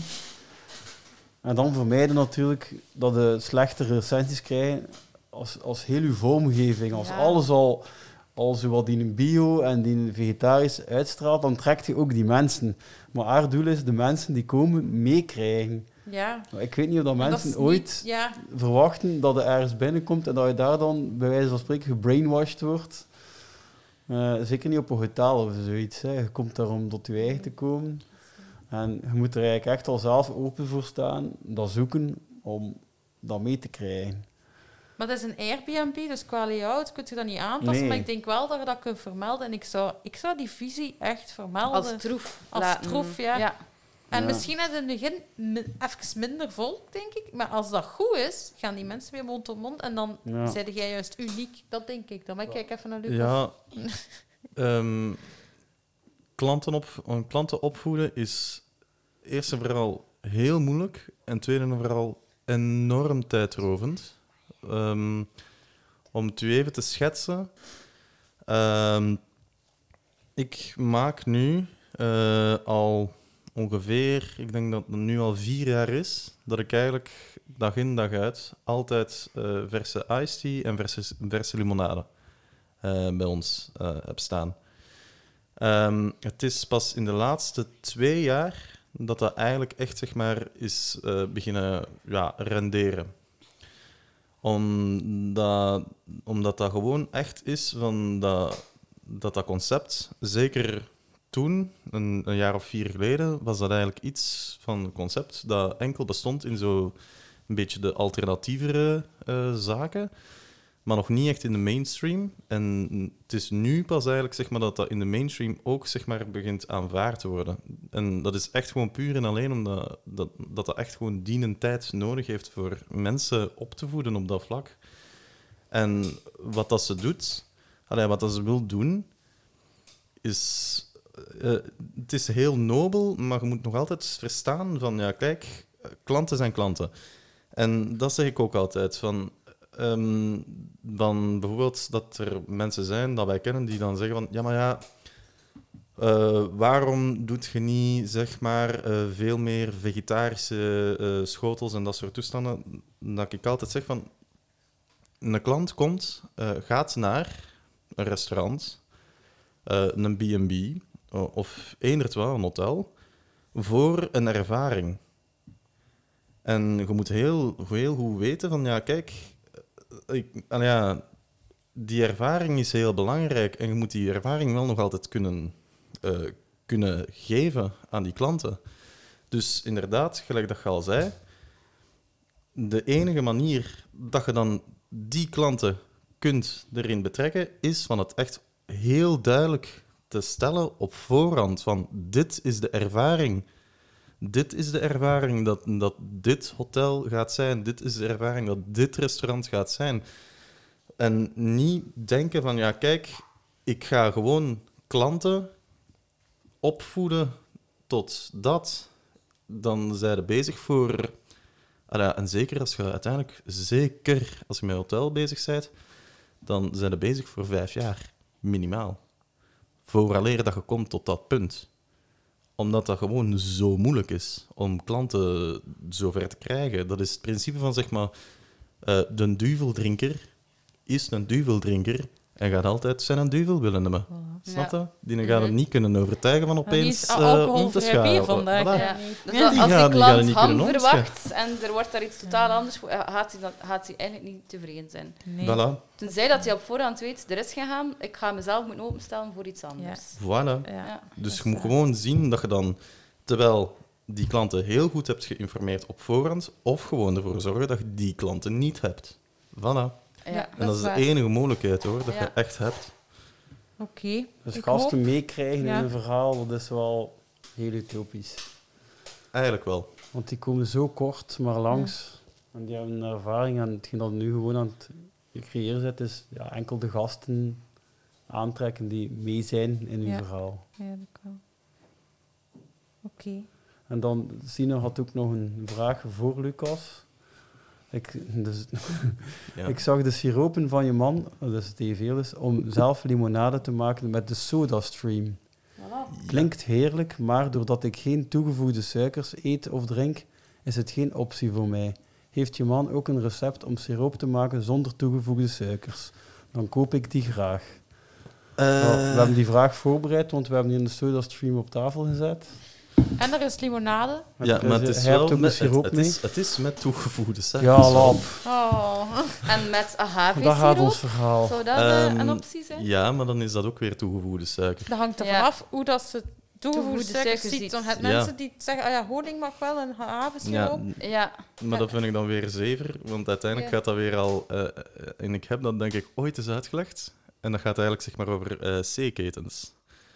En dan vermijden natuurlijk dat de slechte recensies krijgen als heel uw vormgeving. Als Ja. alles al zo wat in een bio en die een vegetarisch uitstraalt, dan trekt je ook die mensen. Maar haar doel is de mensen die komen meekrijgen. Ja. Maar ik weet niet of dat En dat mensen is ooit niet- Ja, verwachten dat je ergens binnenkomt en dat je daar dan bij wijze van spreken gebrainwashed wordt. Zeker niet op een hotel of zoiets. Hè. Je komt daar om tot je eigen te komen. En je moet er eigenlijk echt al zelf open voor staan, dat zoeken om dat mee te krijgen. maar dat is een Airbnb, dus qua layout kun je dat niet aanpassen. Nee. Maar ik denk wel dat je dat kunt vermelden. En ik zou die visie echt vermelden. Als troef. Als laten- troef, ja. En Ja. misschien is het in het begin even minder volk, denk ik. Maar als dat goed is, gaan die mensen weer mond tot mond. En dan Ja. zijn jij juist uniek. Dat denk ik. Dan maar ik kijk even naar Lucas. Ja, klanten opvoeden is eerst en vooral heel moeilijk en tweede en vooral enorm tijdrovend. Om het u even te schetsen. Ik maak nu al ongeveer, ik denk dat het nu al 4 jaar is, dat ik eigenlijk dag in dag uit altijd verse iced tea en verse limonade bij ons heb staan. Het is pas in de laatste 2 jaar dat dat eigenlijk echt zeg maar, is beginnen renderen. Omdat dat gewoon echt is van dat concept, zeker toen, een jaar of 4 geleden, was dat eigenlijk iets van een concept dat enkel bestond in zo een beetje de alternatievere zaken, maar nog niet echt in de mainstream. En het is nu pas eigenlijk zeg maar, dat in de mainstream ook zeg maar, begint aanvaard te worden. En dat is echt gewoon puur en alleen omdat dat echt gewoon dienend tijd nodig heeft voor mensen op te voeden op dat vlak. En wat dat ze doet, wat dat ze wil doen, is... het is heel nobel, maar je moet nog altijd verstaan van, ja, kijk, klanten zijn klanten. En dat zeg ik ook altijd, van bijvoorbeeld dat er mensen zijn dat wij kennen die dan zeggen van, ja, maar ja, waarom doet je niet, zeg maar, veel meer vegetarische schotels en dat soort toestanden? Dat ik altijd zeg van, een klant gaat naar een restaurant, een B&B, of eender wat, een hotel, voor een ervaring. En je moet heel goed weten van, ja, kijk, die ervaring is heel belangrijk en je moet die ervaring wel nog altijd kunnen geven aan die klanten. Dus inderdaad, gelijk dat je al zei, de enige manier dat je dan die klanten kunt erin betrekken, is van het echt heel duidelijk te stellen op voorhand van dit is de ervaring. Dit is de ervaring dat dit hotel gaat zijn. Dit is de ervaring dat dit restaurant gaat zijn. En niet denken van, ja, kijk, ik ga gewoon klanten opvoeden tot dat. Dan zijn ze bezig voor... en zeker als je met een hotel bezig bent, dan zijn ze bezig voor 5 jaar, minimaal. Vooraleer dat je komt tot dat punt. Omdat dat gewoon zo moeilijk is om klanten zover te krijgen. Dat is het principe van, zeg maar, de duveldrinker is een duveldrinker en gaat altijd zijn duvel willen hebben. Snap je? Die gaat het niet kunnen overtuigen van opeens om te schalen. Bier vandaag. Voilà. Ja. Dus Ja, als die die klant niet ham kunnen verwacht en er wordt daar iets totaal anders voor, gaat hij eigenlijk niet tevreden zijn. Nee. Voilà. Tenzij dat hij op voorhand weet, er is geen ham, ik ga mezelf moeten openstellen voor iets anders. Voilà. Ja. Dus je moet gewoon zien dat je dan, terwijl die klanten heel goed hebt geïnformeerd op voorhand, of gewoon ervoor zorgen dat je die klanten niet hebt. Voilà. Ja. En dat is de waar. enige mogelijkheid, hoor, dat Ja. je echt hebt. Oké. Dus Ik gasten hoop- meekrijgen Ja. in een verhaal, dat is wel heel utopisch. Eigenlijk wel. Want die komen zo kort maar langs. En die hebben een ervaring. En hetgeen dat nu gewoon aan het creëren zit, is ja, enkel de gasten aantrekken die mee zijn in hun Ja. verhaal. Eigenlijk wel. Oké. En dan, Sina had ook nog een vraag voor Lucas. Ja. Ik zag de siropen van je man, dat is TV dus, om zelf limonade te maken met de SodaStream. Klinkt heerlijk, maar doordat ik geen toegevoegde suikers eet of drink, is het geen optie voor mij. Heeft je man ook een recept om siroop te maken zonder toegevoegde suikers? Dan koop ik die graag. We hebben die vraag voorbereid, want we hebben die in de SodaStream op tafel gezet. En er is limonade. Ja, maar het is Hij hebt wel ook de siroop mee. het is met toegevoegde suikers. Ja, lap. Oh. En met Dat gaat agave-siroop, ons verhaal. zou dat een optie zijn? Ja, maar dan is dat ook weer toegevoegde suiker. Dat hangt ervan Ja. af hoe dat ze toegevoegde Toegevoegde suikers suikers ziet. Dan ziet. heb je Ja. mensen die zeggen, ah ja, honing mag wel en havensiroop. Ja. Maar dat vind ik dan weer zever, want uiteindelijk Ja. gaat dat weer al... en ik heb dat denk ik ooit eens uitgelegd. En dat gaat eigenlijk zeg maar over C-ketens.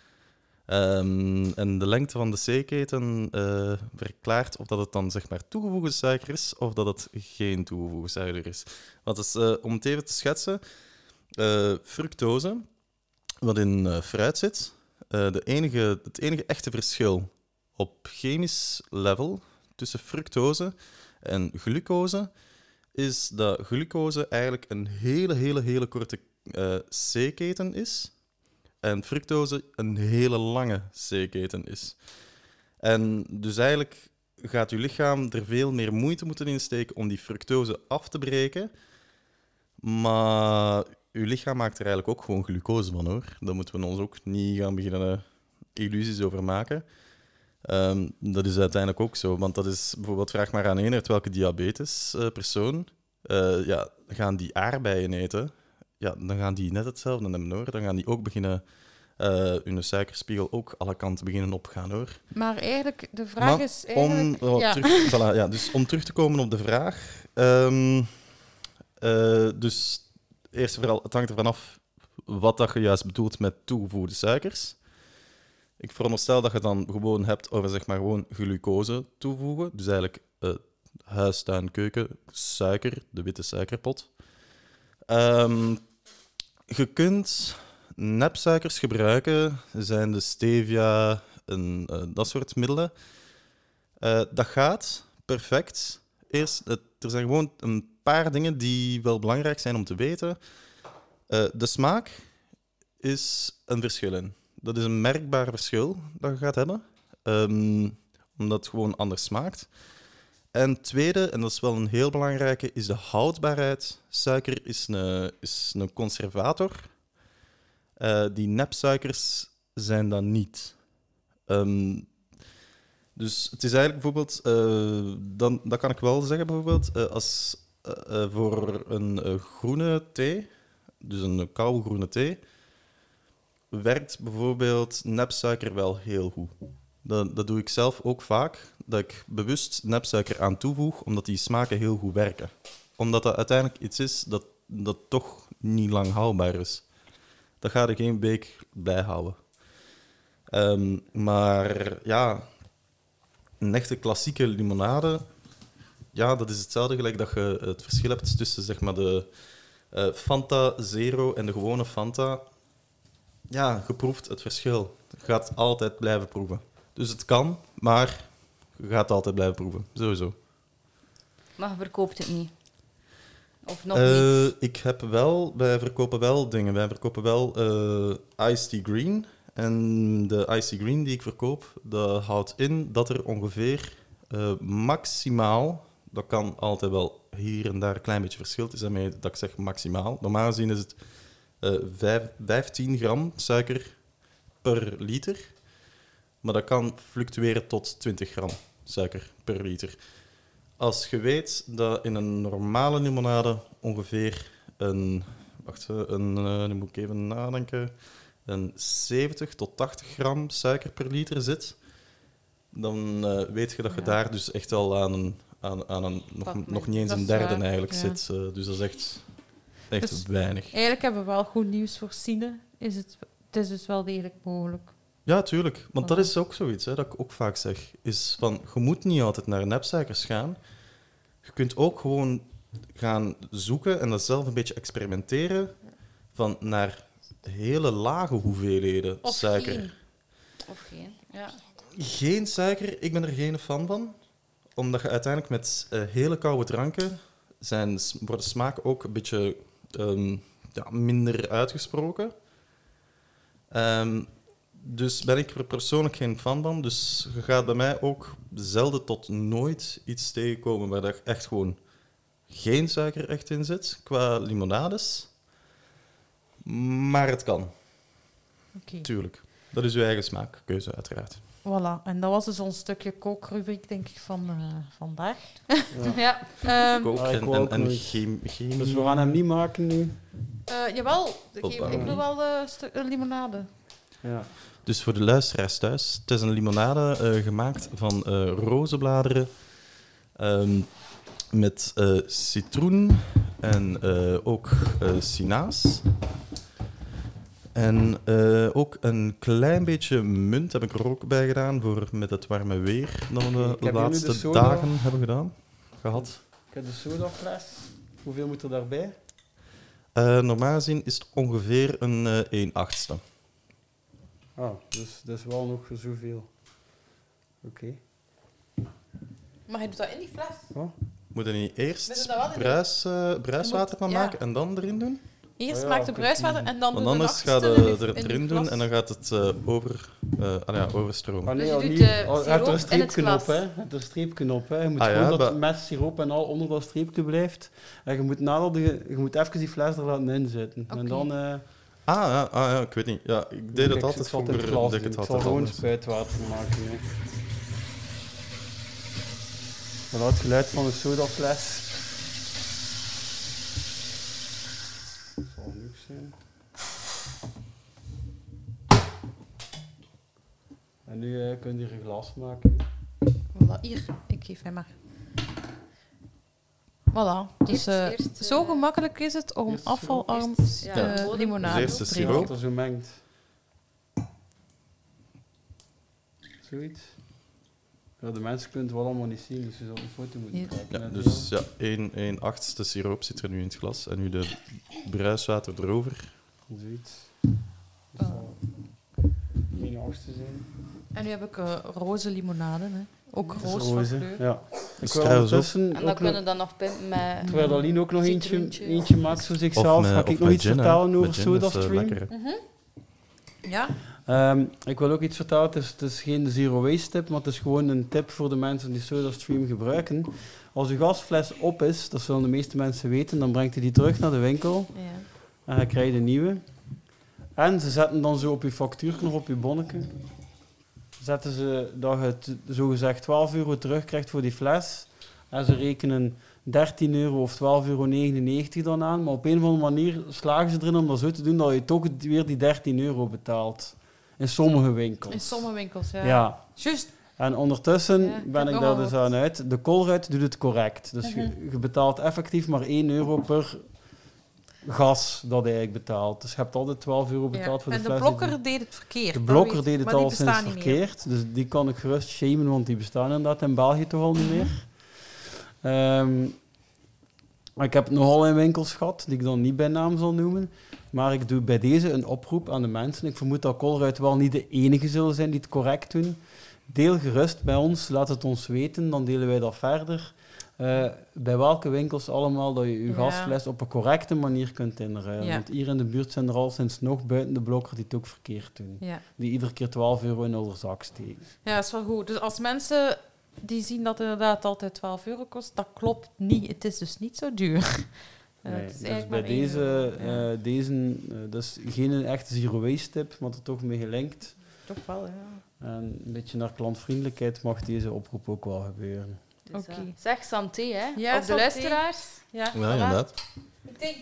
En de lengte van de C-keten verklaart of dat het dan zeg maar toegevoegde suiker is of dat het geen toegevoegde suiker is. Want het is, om het even te schetsen, fructose, wat in fruit zit, het enige echte verschil op chemisch level tussen fructose en glucose is dat glucose eigenlijk een hele korte C-keten is en fructose een hele lange C-keten is. En dus eigenlijk gaat je lichaam er veel meer moeite moeten insteken om die fructose af te breken, maar je lichaam maakt er eigenlijk ook gewoon glucose van, hoor. Dat moeten we ons ook niet gaan beginnen illusies over maken. Dat is uiteindelijk ook zo. Want dat is bijvoorbeeld, vraag maar aan een uit welke diabetespersoon. Gaan die aardbeien eten, ja, dan gaan die net hetzelfde hebben, hoor. Dan gaan die ook beginnen, hun suikerspiegel ook alle kanten beginnen opgaan, hoor. Maar eigenlijk, de vraag Maar is eigenlijk... Dus om terug te komen op de vraag. Dus eerst en vooral, het hangt ervan af wat dat je juist bedoelt met toegevoegde suikers. Ik veronderstel dat je dan gewoon hebt over zeg maar gewoon glucose toevoegen. Dus eigenlijk huis, tuin, keuken, suiker, de witte suikerpot. Je kunt nepsuikers gebruiken, zijn de stevia en dat soort middelen. Dat gaat perfect. Eerst, er zijn gewoon een paar dingen die wel belangrijk zijn om te weten. De smaak is een verschil in. Dat is een merkbaar verschil dat je gaat hebben, omdat het gewoon anders smaakt. En tweede, en dat is wel een heel belangrijke, is de houdbaarheid. Suiker is een conservator. Die nepsuikers zijn dat niet. Dus het is eigenlijk bijvoorbeeld, dat kan ik wel zeggen bijvoorbeeld, als voor een groene thee, dus een koude groene thee, werkt bijvoorbeeld nepsuiker wel heel goed. Dat doe ik zelf ook vaak, dat ik bewust nepsuiker aan toevoeg, omdat die smaken heel goed werken. Omdat dat uiteindelijk iets is dat toch niet lang houdbaar is. Dat gaat er geen week bij houden. Maar ja, een echte klassieke limonade, ja, dat is hetzelfde gelijk dat je het verschil hebt tussen zeg maar, de Fanta Zero en de gewone Fanta. Ja, je proeft het verschil. Je gaat altijd blijven proeven. Dus het kan, maar je gaat altijd blijven proeven. Sowieso. Maar je verkoopt het niet? Of nog niet? Wij verkopen wel dingen. Wij verkopen wel Iced Tea Green. En de Iced Tea Green die ik verkoop, dat houdt in dat er ongeveer maximaal, dat kan altijd wel hier en daar een klein beetje verschil, het is daarmee dat ik zeg maximaal. Normaal gezien is het 15 gram suiker per liter. Maar dat kan fluctueren tot 20 gram suiker per liter. Als je weet dat in een normale limonade ongeveer nu moet ik even nadenken, een 70 tot 80 gram suiker per liter zit, dan weet je dat je daar dus echt al aan een nog niet eens een derde eigenlijk zit. Dus dat is echt dus weinig. Eigenlijk hebben we wel goed nieuws voor Sine. Het is dus wel degelijk mogelijk. Ja, tuurlijk. Want dat is ook zoiets, hè, dat ik ook vaak zeg. Is van, je moet niet altijd naar nepsuikers gaan. Je kunt ook gewoon gaan zoeken en dat zelf een beetje experimenteren van naar hele lage hoeveelheden Of suiker. geen. Of geen, ja. Geen suiker, ik ben er geen fan van. Omdat je uiteindelijk met hele koude dranken wordt de smaak ook een beetje minder uitgesproken. Dus ben ik er persoonlijk geen fan van. Dus je gaat bij mij ook zelden tot nooit iets tegenkomen waar er echt gewoon geen suiker echt in zit, qua limonades. Maar het kan. Okay. Tuurlijk. Dat is uw eigen smaakkeuze, uiteraard. Voilà, en dat was dus ons stukje kookrubriek, denk ik, van vandaag. Ja. En chemie. Dus we gaan hem niet maken nu. Jawel, ik Opbouwen. wil wel een limonade. Ja. Dus voor de luisteraars thuis, het is een limonade gemaakt van rozenbladeren met citroen en ook sinaas. En ook een klein beetje munt heb ik er ook bij gedaan voor met het warme weer dat we de laatste dagen hebben gehad. Ik heb de sodafles. Hoeveel moet er daarbij? Normaal gezien is het ongeveer een 1/8. Ah, dus dat is wel nog zoveel. Oké. Maar je doet dat in die fles? Oh. Moet je niet eerst Zit er dat wel in? bruiswater van maken en dan erin doen? Eerst maakt de bruiswater en dan Want doe je anders de gaat nachtstil het in erin die doen glas. en dan gaat het overstromen. Ah, nee, Dus je al doet niet. de Oh, siroop het is een in het streepknop, glas. hè. Het is een streepknop, hè. Je moet Ah, gewoon ja, dat maar- het met siroop en al onder dat streepje blijft. En je moet even die fles er laten inzetten. Oké. En dan Ja, ik weet niet. Ja, ik deed het altijd voor vroeger. glas. Deed ik het Ik zal altijd gewoon anders. spuitwater maken. Hè. Voilà, het geluid van de sodafles. Dat zal genoeg zijn. En nu kun je er een glas maken. Voilà, hier, ik geef hem maar. Voilà, dus Eerst, zo gemakkelijk is het om eerst afvalarm ja, limonade Dus eerst de te siroop. drinken. Dat er zo mengt. Zoiets. Ja, de mensen kunnen het wel allemaal niet zien, dus je zal een foto moeten Ja. trekken. Ja, Net dus ja, 1/8ste siroop zit er nu in het glas. En nu de bruiswater erover. heel. Zoiets. Dat zal 1/8ste zijn. En nu heb ik roze limonade, hè. Ook Dat is roos van roze, kleur. ja. Dus Ik wil trouwens ondertussen En ook dan nog- kunnen we dan nog pimpen met... terwijl Aline ook nog Citroentje. eentje maakt voor zichzelf, ga ik nog iets vertellen over SodaStream. Ja? Ik wil ook iets vertellen. Het is geen zero waste tip, maar het is gewoon een tip voor de mensen die SodaStream gebruiken. Als uw gasfles op is, dat zullen de meeste mensen weten, dan brengt u die terug naar de winkel Ja. en dan krijg je een nieuwe. En ze zetten dan zo op je factuur nog op je bonnetje. Zetten ze dat je het zogezegd 12 euro terugkrijgt voor die fles. En ze rekenen 13 euro of 12,99 euro dan aan. Maar op een of andere manier slagen ze erin om dat zo te doen dat je toch weer die 13 euro betaalt. In sommige winkels. In sommige winkels, ja. Ja. Juist. En ondertussen Ja, ik ben heb ik nog daar wel dus wat. aan uit. De Colruyt doet het correct. Dus je betaalt effectief maar 1 euro per gas dat hij eigenlijk betaalt. Dus je hebt altijd 12 euro betaald Ja. voor de En fles. de die- blokker deed het verkeerd. de dat blokker weet- deed het maar die al sinds bestaan niet meer. verkeerd. Dus die kan ik gerust shamen, want die bestaan inderdaad in België toch al niet meer. Maar ik heb het nogal in winkels gehad, die ik dan niet bij naam zal noemen. Maar ik doe bij deze een oproep aan de mensen. Ik vermoed dat Colruyt wel niet de enige zullen zijn die het correct doen. Deel gerust bij ons, laat het ons weten, dan delen wij dat verder. Bij welke winkels allemaal dat je je Ja. gasfles op een correcte manier kunt inruilen. Ja. Want hier in de buurt zijn er al sinds nog buiten de blokker die het ook verkeerd doen. Ja. Die iedere keer 12 euro in hun zak steken. Ja, dat is wel goed. Dus als mensen die zien dat het inderdaad altijd 12 euro kost, dat klopt niet. Het is dus niet zo duur. Nee, Het is dus eigenlijk bij maar 1 euro, ja. deze, dat is geen echte zero waste tip, maar er toch mee gelinkt. Toch wel, ja. En een beetje naar klantvriendelijkheid mag deze oproep ook wel gebeuren. Dus, Oké. Zeg santé, hè. Ja, Op de santé. luisteraars. Ja, Ja, inderdaad. Ik denk,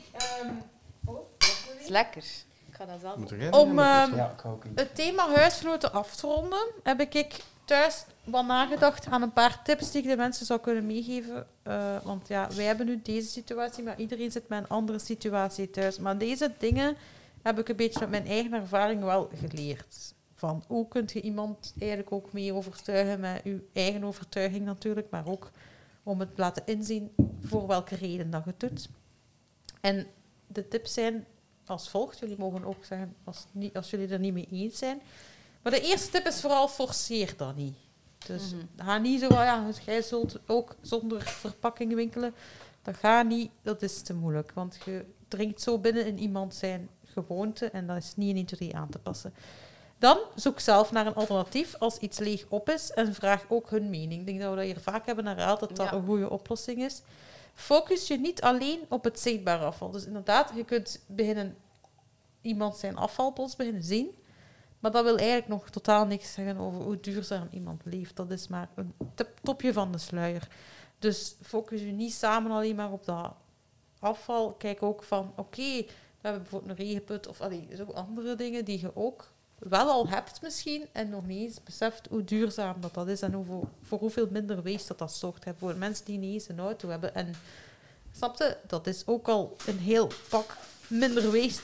Het is lekker. Ik ga dat zelf Moet doen. er om Ja, ik ga ook niet. het thema huisgenoten af te ronden, heb ik thuis wat nagedacht aan een paar tips die ik de mensen zou kunnen meegeven. Want ja, wij hebben nu deze situatie, maar iedereen zit met een andere situatie thuis. Maar deze dingen heb ik een beetje met mijn eigen ervaring wel geleerd. Van hoe kun je iemand eigenlijk ook mee overtuigen met uw eigen overtuiging natuurlijk, maar ook om het te laten inzien voor welke reden dat je het doet. En de tips zijn als volgt. Jullie mogen ook zeggen als jullie er niet mee eens zijn. Maar de eerste tip is vooral forceer dat niet. Dus ga niet zo van, ja, jij zult ook zonder verpakking winkelen. Dat gaat niet, dat is te moeilijk. Want je dringt zo binnen in iemand zijn gewoonte en dat is niet in 1, 2, 3 aan te passen. Dan zoek zelf naar een alternatief als iets leeg op is en vraag ook hun mening. Ik denk dat we dat hier vaak hebben herhaald, dat dat Ja. een goede oplossing is. Focus je niet alleen op het zichtbare afval. Dus inderdaad, je kunt beginnen iemand zijn afvalbos beginnen zien, maar dat wil eigenlijk nog totaal niks zeggen over hoe duurzaam iemand leeft. Dat is maar een topje van de sluier. Dus focus je niet samen alleen maar op dat afval. Kijk ook van, oké, we hebben bijvoorbeeld een regenput of zo andere dingen die je ook wel al hebt misschien en nog niet eens beseft hoe duurzaam dat is en voor hoeveel minder waste dat zorgt. Hè, voor mensen die niet eens een auto hebben. En snap je, dat is ook al een heel pak minder waste.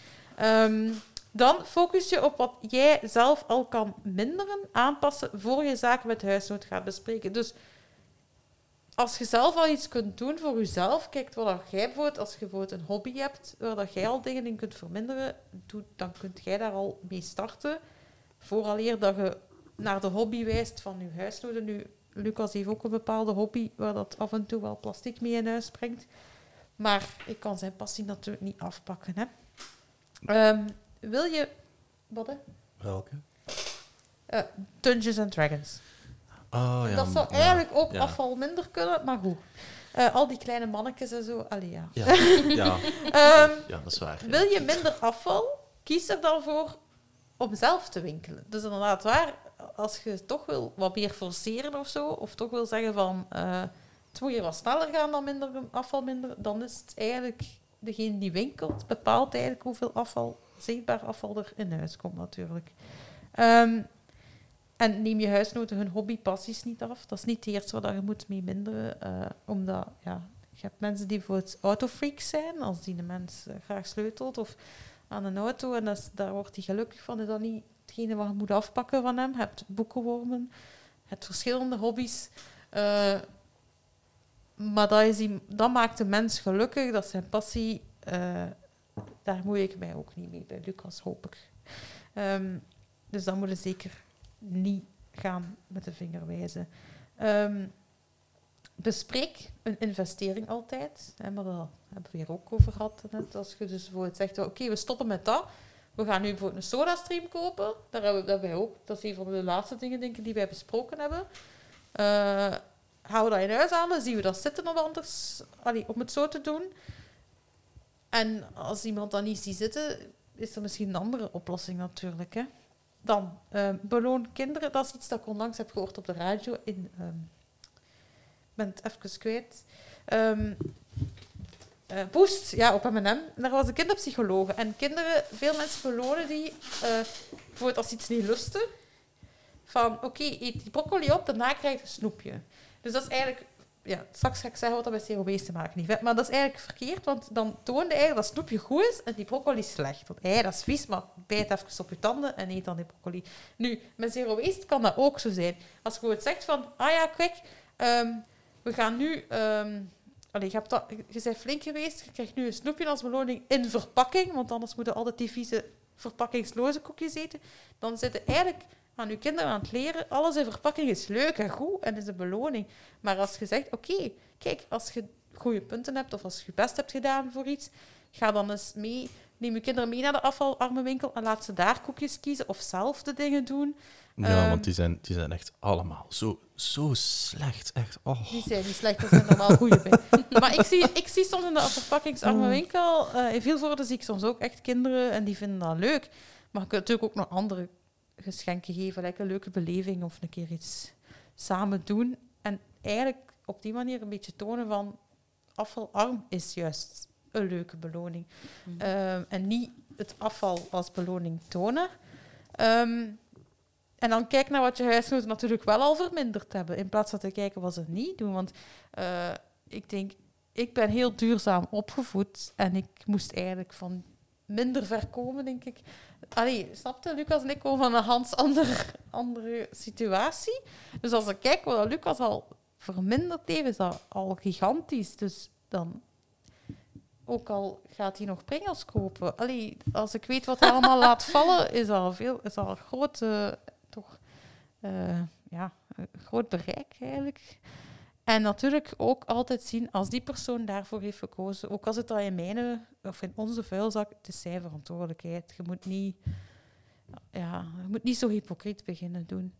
Dan focus je op wat jij zelf al kan minderen, aanpassen, voor je zaken met huishouden gaat bespreken. Dus als je zelf al iets kunt doen voor jezelf, kijk wat jij bijvoorbeeld, als je bijvoorbeeld een hobby hebt, waar dat jij al dingen in kunt verminderen, dan kunt jij daar al mee starten. Vooraleer dat je naar de hobby wijst van je huishouden. Nu, Lucas heeft ook een bepaalde hobby, waar dat af en toe wel plastic mee in huis brengt. Maar ik kan zijn passie natuurlijk niet afpakken, hè. Wil je... Wat, hè? Welke? Dungeons and Dragons. Oh, ja. Dat zou ja, eigenlijk ook ja. afval minder kunnen, maar goed. Al die kleine mannetjes en zo, allee, ja. Ja, Ehm, ja, dat is waar. Wil je minder afval? kies er dan voor om zelf te winkelen. Dus inderdaad waar, als je toch wil wat meer forceren of zo, of toch wil zeggen van het moet hier wat sneller gaan dan afval, dan is het eigenlijk degene die winkelt, bepaalt eigenlijk hoeveel zichtbaar afval er in huis komt natuurlijk. En neem je huisgenoten hun hobbypassies niet af. Dat is niet het eerste wat je moet mee minderen. Omdat, je hebt mensen die bijvoorbeeld autofreaks zijn, als die de mens graag sleutelt of aan een auto, en daar wordt hij gelukkig van. Is dat niet hetgene wat je moet afpakken van hem? Je hebt boekenwormen, je hebt verschillende hobby's. Maar dat maakt de mens gelukkig, dat is zijn passie. Daar moet ik mij ook niet mee bij Lucas, hoop ik. Dus dat moet je zeker niet gaan met de vinger wijzen. Bespreek een investering altijd. Hè, maar daar hebben we hier ook over gehad. Net. Als je dus bijvoorbeeld zegt, oké, we stoppen met dat. We gaan nu bijvoorbeeld een SodaStream kopen. Daar hebben wij ook. Dat is een van de laatste dingen, denk ik, die wij besproken hebben. Gaan we dat in huis halen? Zien we dat zitten of anders? Om het zo te doen. En als iemand dat niet ziet zitten, is er misschien een andere oplossing natuurlijk. Hè? Dan, beloon kinderen. Dat is iets dat ik onlangs heb gehoord op de radio. Ik ben het even kwijt. Boost, op M&M. Daar was een kinderpsycholoog. En kinderen, veel mensen belonen die, bijvoorbeeld als ze iets niet lusten, van oké, eet die broccoli op, daarna krijg je een snoepje. Dus dat is eigenlijk, straks ga ik zeggen wat dat met zero waste te maken heeft. Maar dat is eigenlijk verkeerd, want dan toonde eigenlijk dat snoepje goed is en die broccoli slecht. Want dat is vies, maar bijt even op je tanden en eet dan die broccoli. Nu, met zero waste kan dat ook zo zijn. Als je gewoon zegt van, kijk, we gaan nu... je bent flink geweest, je krijgt nu een snoepje als beloning in verpakking, want anders moeten altijd die vieze verpakkingsloze koekjes eten. Dan zitten eigenlijk aan je kinderen aan het leren, alles in verpakking is leuk en goed en is een beloning. Maar als je zegt, oké, kijk, als je goede punten hebt of als je je best hebt gedaan voor iets, ga dan eens mee, neem je kinderen mee naar de afvalarme winkel en laat ze daar koekjes kiezen of zelf de dingen doen. Ja, want die zijn echt allemaal zo slecht. Echt, oh. Die zijn niet slecht, er zijn er wel goede bij. Maar ik zie soms in de verpakkingsarme winkel, in veel voordelen zie ik soms ook echt kinderen en die vinden dat leuk. Maar je kunt natuurlijk ook nog andere geschenken geven, like een leuke beleving of een keer iets samen doen. En eigenlijk op die manier een beetje tonen van afvalarm is juist een leuke beloning. En niet het afval als beloning tonen. En dan kijk naar wat je huisgenoten natuurlijk wel al verminderd hebben, in plaats van te kijken wat ze niet doen. Want ik denk, ik ben heel duurzaam opgevoed en ik moest eigenlijk van minder ver komen, denk ik. Snapte Lucas en ik komen van een ganz andere situatie. Dus als ik kijk wat Lucas al verminderd heeft, is dat al gigantisch. Dus dan... Ook al gaat hij nog pringels kopen. Als ik weet wat hij allemaal laat vallen, is al een groot bereik eigenlijk. En natuurlijk ook altijd zien, als die persoon daarvoor heeft gekozen, ook als het al in mijn of in onze vuilzak, het is zijn verantwoordelijkheid. Je moet niet zo hypocriet beginnen doen.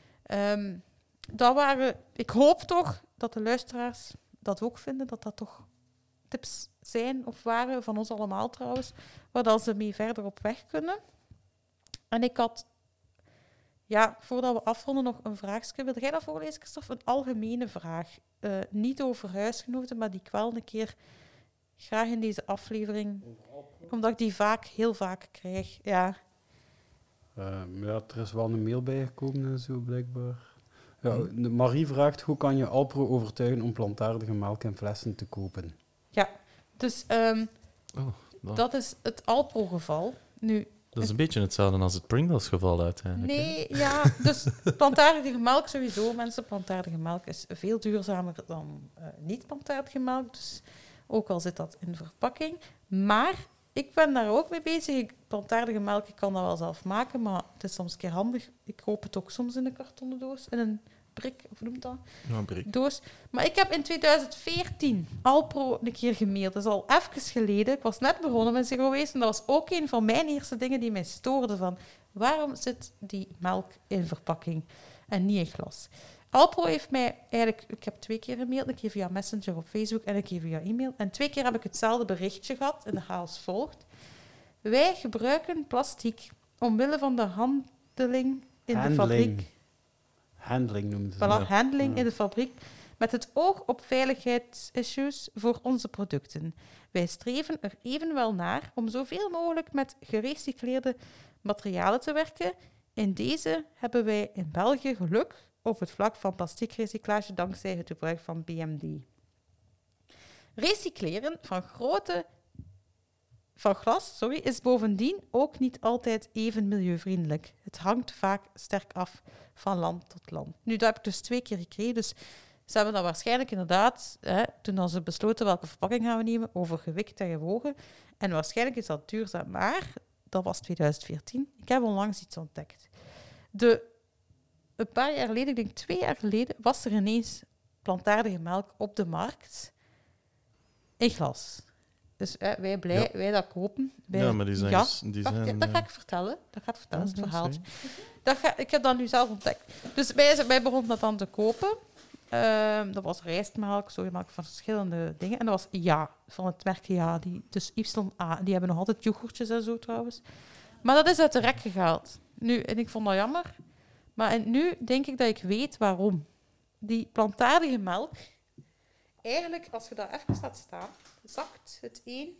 Ik hoop toch dat de luisteraars dat ook vinden, dat toch tips zijn of waren, van ons allemaal trouwens, waar ze mee verder op weg kunnen. En ik had, voordat we afronden, nog een vraagje. Wil jij dat voorlezen, Christophe? Een algemene vraag. Niet over huisgenoten, maar die ik wel een keer graag in deze aflevering, omdat ik die heel vaak krijg. Ja. Er is wel een mail bijgekomen en zo, blijkbaar. Ja, Marie vraagt, hoe kan je Alpro overtuigen om plantaardige melk in flessen te kopen? Ja, dus dat is het Alpro-geval. Nu, dat is een beetje hetzelfde als het Pringles-geval uiteindelijk. Nee, dus plantaardige melk sowieso, mensen. Plantaardige melk is veel duurzamer dan niet-plantaardige melk. Dus ook al zit dat in verpakking. Maar ik ben daar ook mee bezig. Plantaardige melk, ik kan dat wel zelf maken, maar het is soms een keer handig. Ik koop het ook soms in een kartonnen doos, in een brik, of hoe noemt dat? Ja, brik. Doos. Maar ik heb in 2014 Alpro een keer gemaild. Dat is al even geleden. Ik was net begonnen met zero waste en dat was ook een van mijn eerste dingen die mij stoorden van waarom zit die melk in verpakking en niet in glas? Alpro heeft mij eigenlijk... Ik heb 2 keer gemaild. Een keer via Messenger op Facebook en een keer via e-mail. En 2 keer heb ik hetzelfde berichtje gehad en de chaos volgt. Wij gebruiken plastic omwille van de handeling in de fabriek. Handling noemden ze Voilà, dat. handling Ja. in de fabriek, met het oog op veiligheidsissues voor onze producten. Wij streven er evenwel naar om zoveel mogelijk met gerecycleerde materialen te werken. In deze hebben wij in België geluk op het vlak van plastiekrecyclage dankzij het gebruik van BMD. Recycleren van glas is bovendien ook niet altijd even milieuvriendelijk. Het hangt vaak sterk af van land tot land. Nu, dat heb ik dus 2 keer gekregen, dus ze hebben dat waarschijnlijk inderdaad, toen ze besloten welke verpakking gaan we nemen, over gewikt en gewogen. En waarschijnlijk is dat duurzaam, maar dat was 2014. Ik heb onlangs iets ontdekt. Een paar jaar geleden, ik denk 2 jaar geleden, was er ineens plantaardige melk op de markt in glas. Dus wij blij, wij dat kopen. Ja, maar die zijn... Ja, die dat zijn ga ik vertellen. Dat is het ja, verhaaltje. Ik heb dat nu zelf ontdekt. Dus wij begonnen dat dan te kopen. Dat was rijstmelk, sojamelk van verschillende dingen. En dat was van het merk Ja. Dus Ypsilon A. Die hebben nog altijd yoghurtjes en zo trouwens. Maar dat is uit de rek gehaald. Nu, en ik vond dat jammer. Maar nu denk ik dat ik weet waarom. Die plantaardige melk, eigenlijk als je dat even laat staan, zakt het een.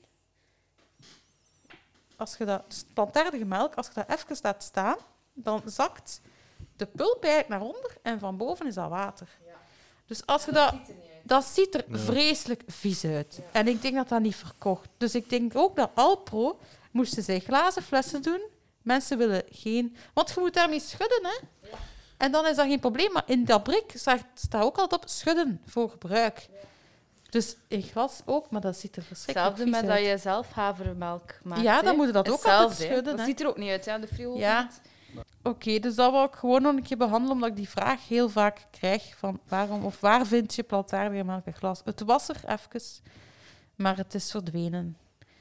Dus plantaardige melk, als je dat even laat staan, dan zakt de pulp eigenlijk naar onder en van boven is dat water. Ja. Dus als je dat ziet er vreselijk vies uit. Ja. En ik denk dat dat niet verkocht. Dus ik denk ook dat Alpro moesten zij glazen flessen doen. Mensen willen geen... Want je moet daarmee schudden, hè. Ja. En dan is dat geen probleem. Maar in dat brik staat ook altijd op schudden voor gebruik. Ja. Dus in glas ook, maar dat ziet er verschrikkelijk vies uit. Hetzelfde met dat je zelf havermelk maakt. Ja, dan moet je dat ook altijd schudden. Dat ziet er ook niet uit, de frigo. Ja. Oké, dus dat wil ik gewoon nog een keer behandelen, omdat ik die vraag heel vaak krijg van waarom of waar vind je plantaardige melk in glas? Het was er even, maar het is verdwenen.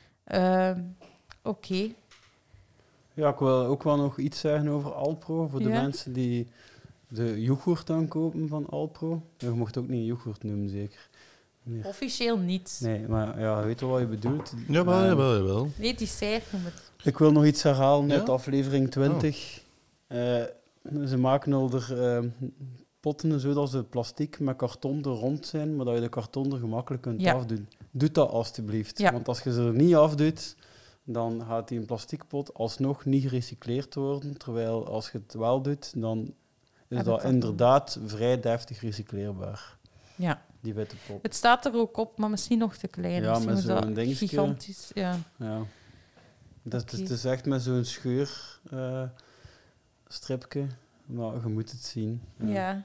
Oké. Ja, ik wil ook wel nog iets zeggen over Alpro. Voor de mensen die de yoghurt dan kopen van Alpro. Je mocht ook niet yoghurt noemen, zeker. Nee. Officieel niet. Nee, maar ja, weet je wat je bedoelt? Jawel. Nee, die zei noem het. Ik wil nog iets herhalen uit aflevering 20. Ze maken al potten zodat ze plastic met karton er rond zijn, maar dat je de karton er gemakkelijk kunt afdoen. Doe dat alstublieft. Ja. Want als je ze er niet afdoet, dan gaat die een plastic pot alsnog niet gerecycleerd worden. Terwijl als je het wel doet, dan is dat inderdaad vrij deftig recycleerbaar. Ja. Die witte pot. Het staat er ook op, maar misschien nog te klein. Ja, met zo'n dingetje. Gigantisch, ja. Het is echt met zo'n scheurstripje. Maar je moet het zien. Ja.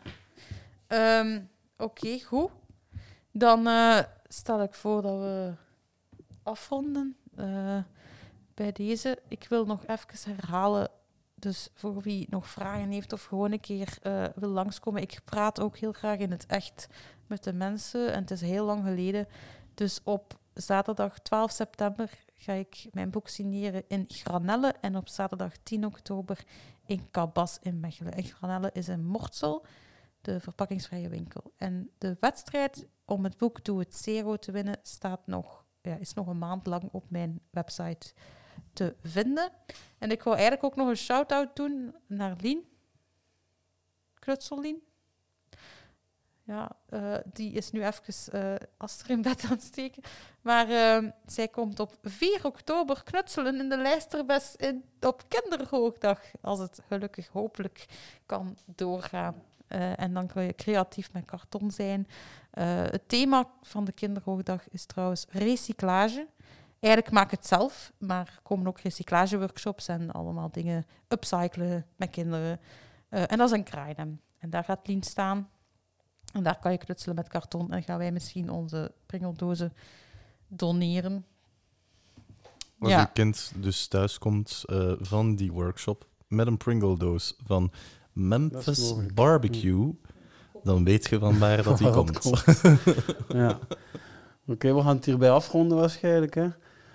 Oké, goed. Dan stel ik voor dat we afronden bij deze. Ik wil nog even herhalen, dus voor wie nog vragen heeft of gewoon een keer wil langskomen. Ik praat ook heel graag in het echt met de mensen en het is heel lang geleden. Dus op zaterdag 12 september ga ik mijn boek signeren in Granelle en op zaterdag 10 oktober in Cabas in Mechelen. En Granelle is in Mortsel, de verpakkingsvrije winkel. En de wedstrijd om het boek Doe het Zero te winnen is nog een maand lang op mijn website te vinden. En ik wil eigenlijk ook nog een shout-out doen naar Lien. Knutsellien. Ja, die is nu even Aster in bed aan het steken. Maar zij komt op 4 oktober knutselen in de Lijsterbes op Kinderhoogdag. Als het gelukkig hopelijk kan doorgaan. En dan kun je creatief met karton zijn. Het thema van de Kinderhoogdag is trouwens recyclage. Eigenlijk maak ik het zelf, maar er komen ook recyclageworkshops en allemaal dingen upcyclen met kinderen. En dat is een Kraaidem. En daar gaat Lien staan. En daar kan je knutselen met karton en gaan wij misschien onze pringeldozen doneren. Als je kind dus thuis komt van die workshop met een Pringle-doos van Memphis Barbecue, dan weet je van waar dat die komt. Ja. Oké, we gaan het hierbij afronden waarschijnlijk. Hè.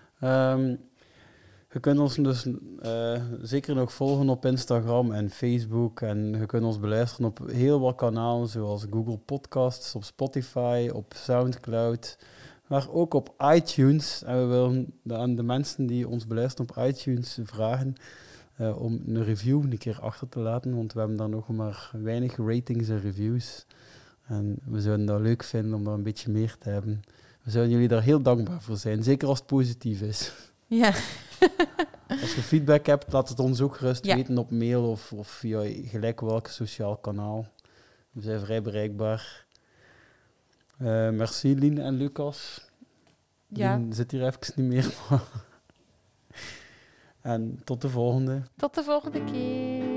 Je kunt ons dus zeker nog volgen op Instagram en Facebook. En je kunt ons beluisteren op heel wat kanalen, zoals Google Podcasts, op Spotify, op Soundcloud. maar ook op iTunes. En we willen aan de mensen die ons beluisteren op iTunes vragen om een review een keer achter te laten, want we hebben daar nog maar weinig ratings en reviews. En we zouden dat leuk vinden om daar een beetje meer te hebben. We zouden jullie daar heel dankbaar voor zijn, zeker als het positief is. Ja. Als je feedback hebt, laat het ons ook gerust Ja. weten op mail of via gelijk welk sociaal kanaal. We zijn vrij bereikbaar. Merci Lien en Lucas. Ja. Lien zit hier even niet meer. Maar en tot de volgende. Tot de volgende keer.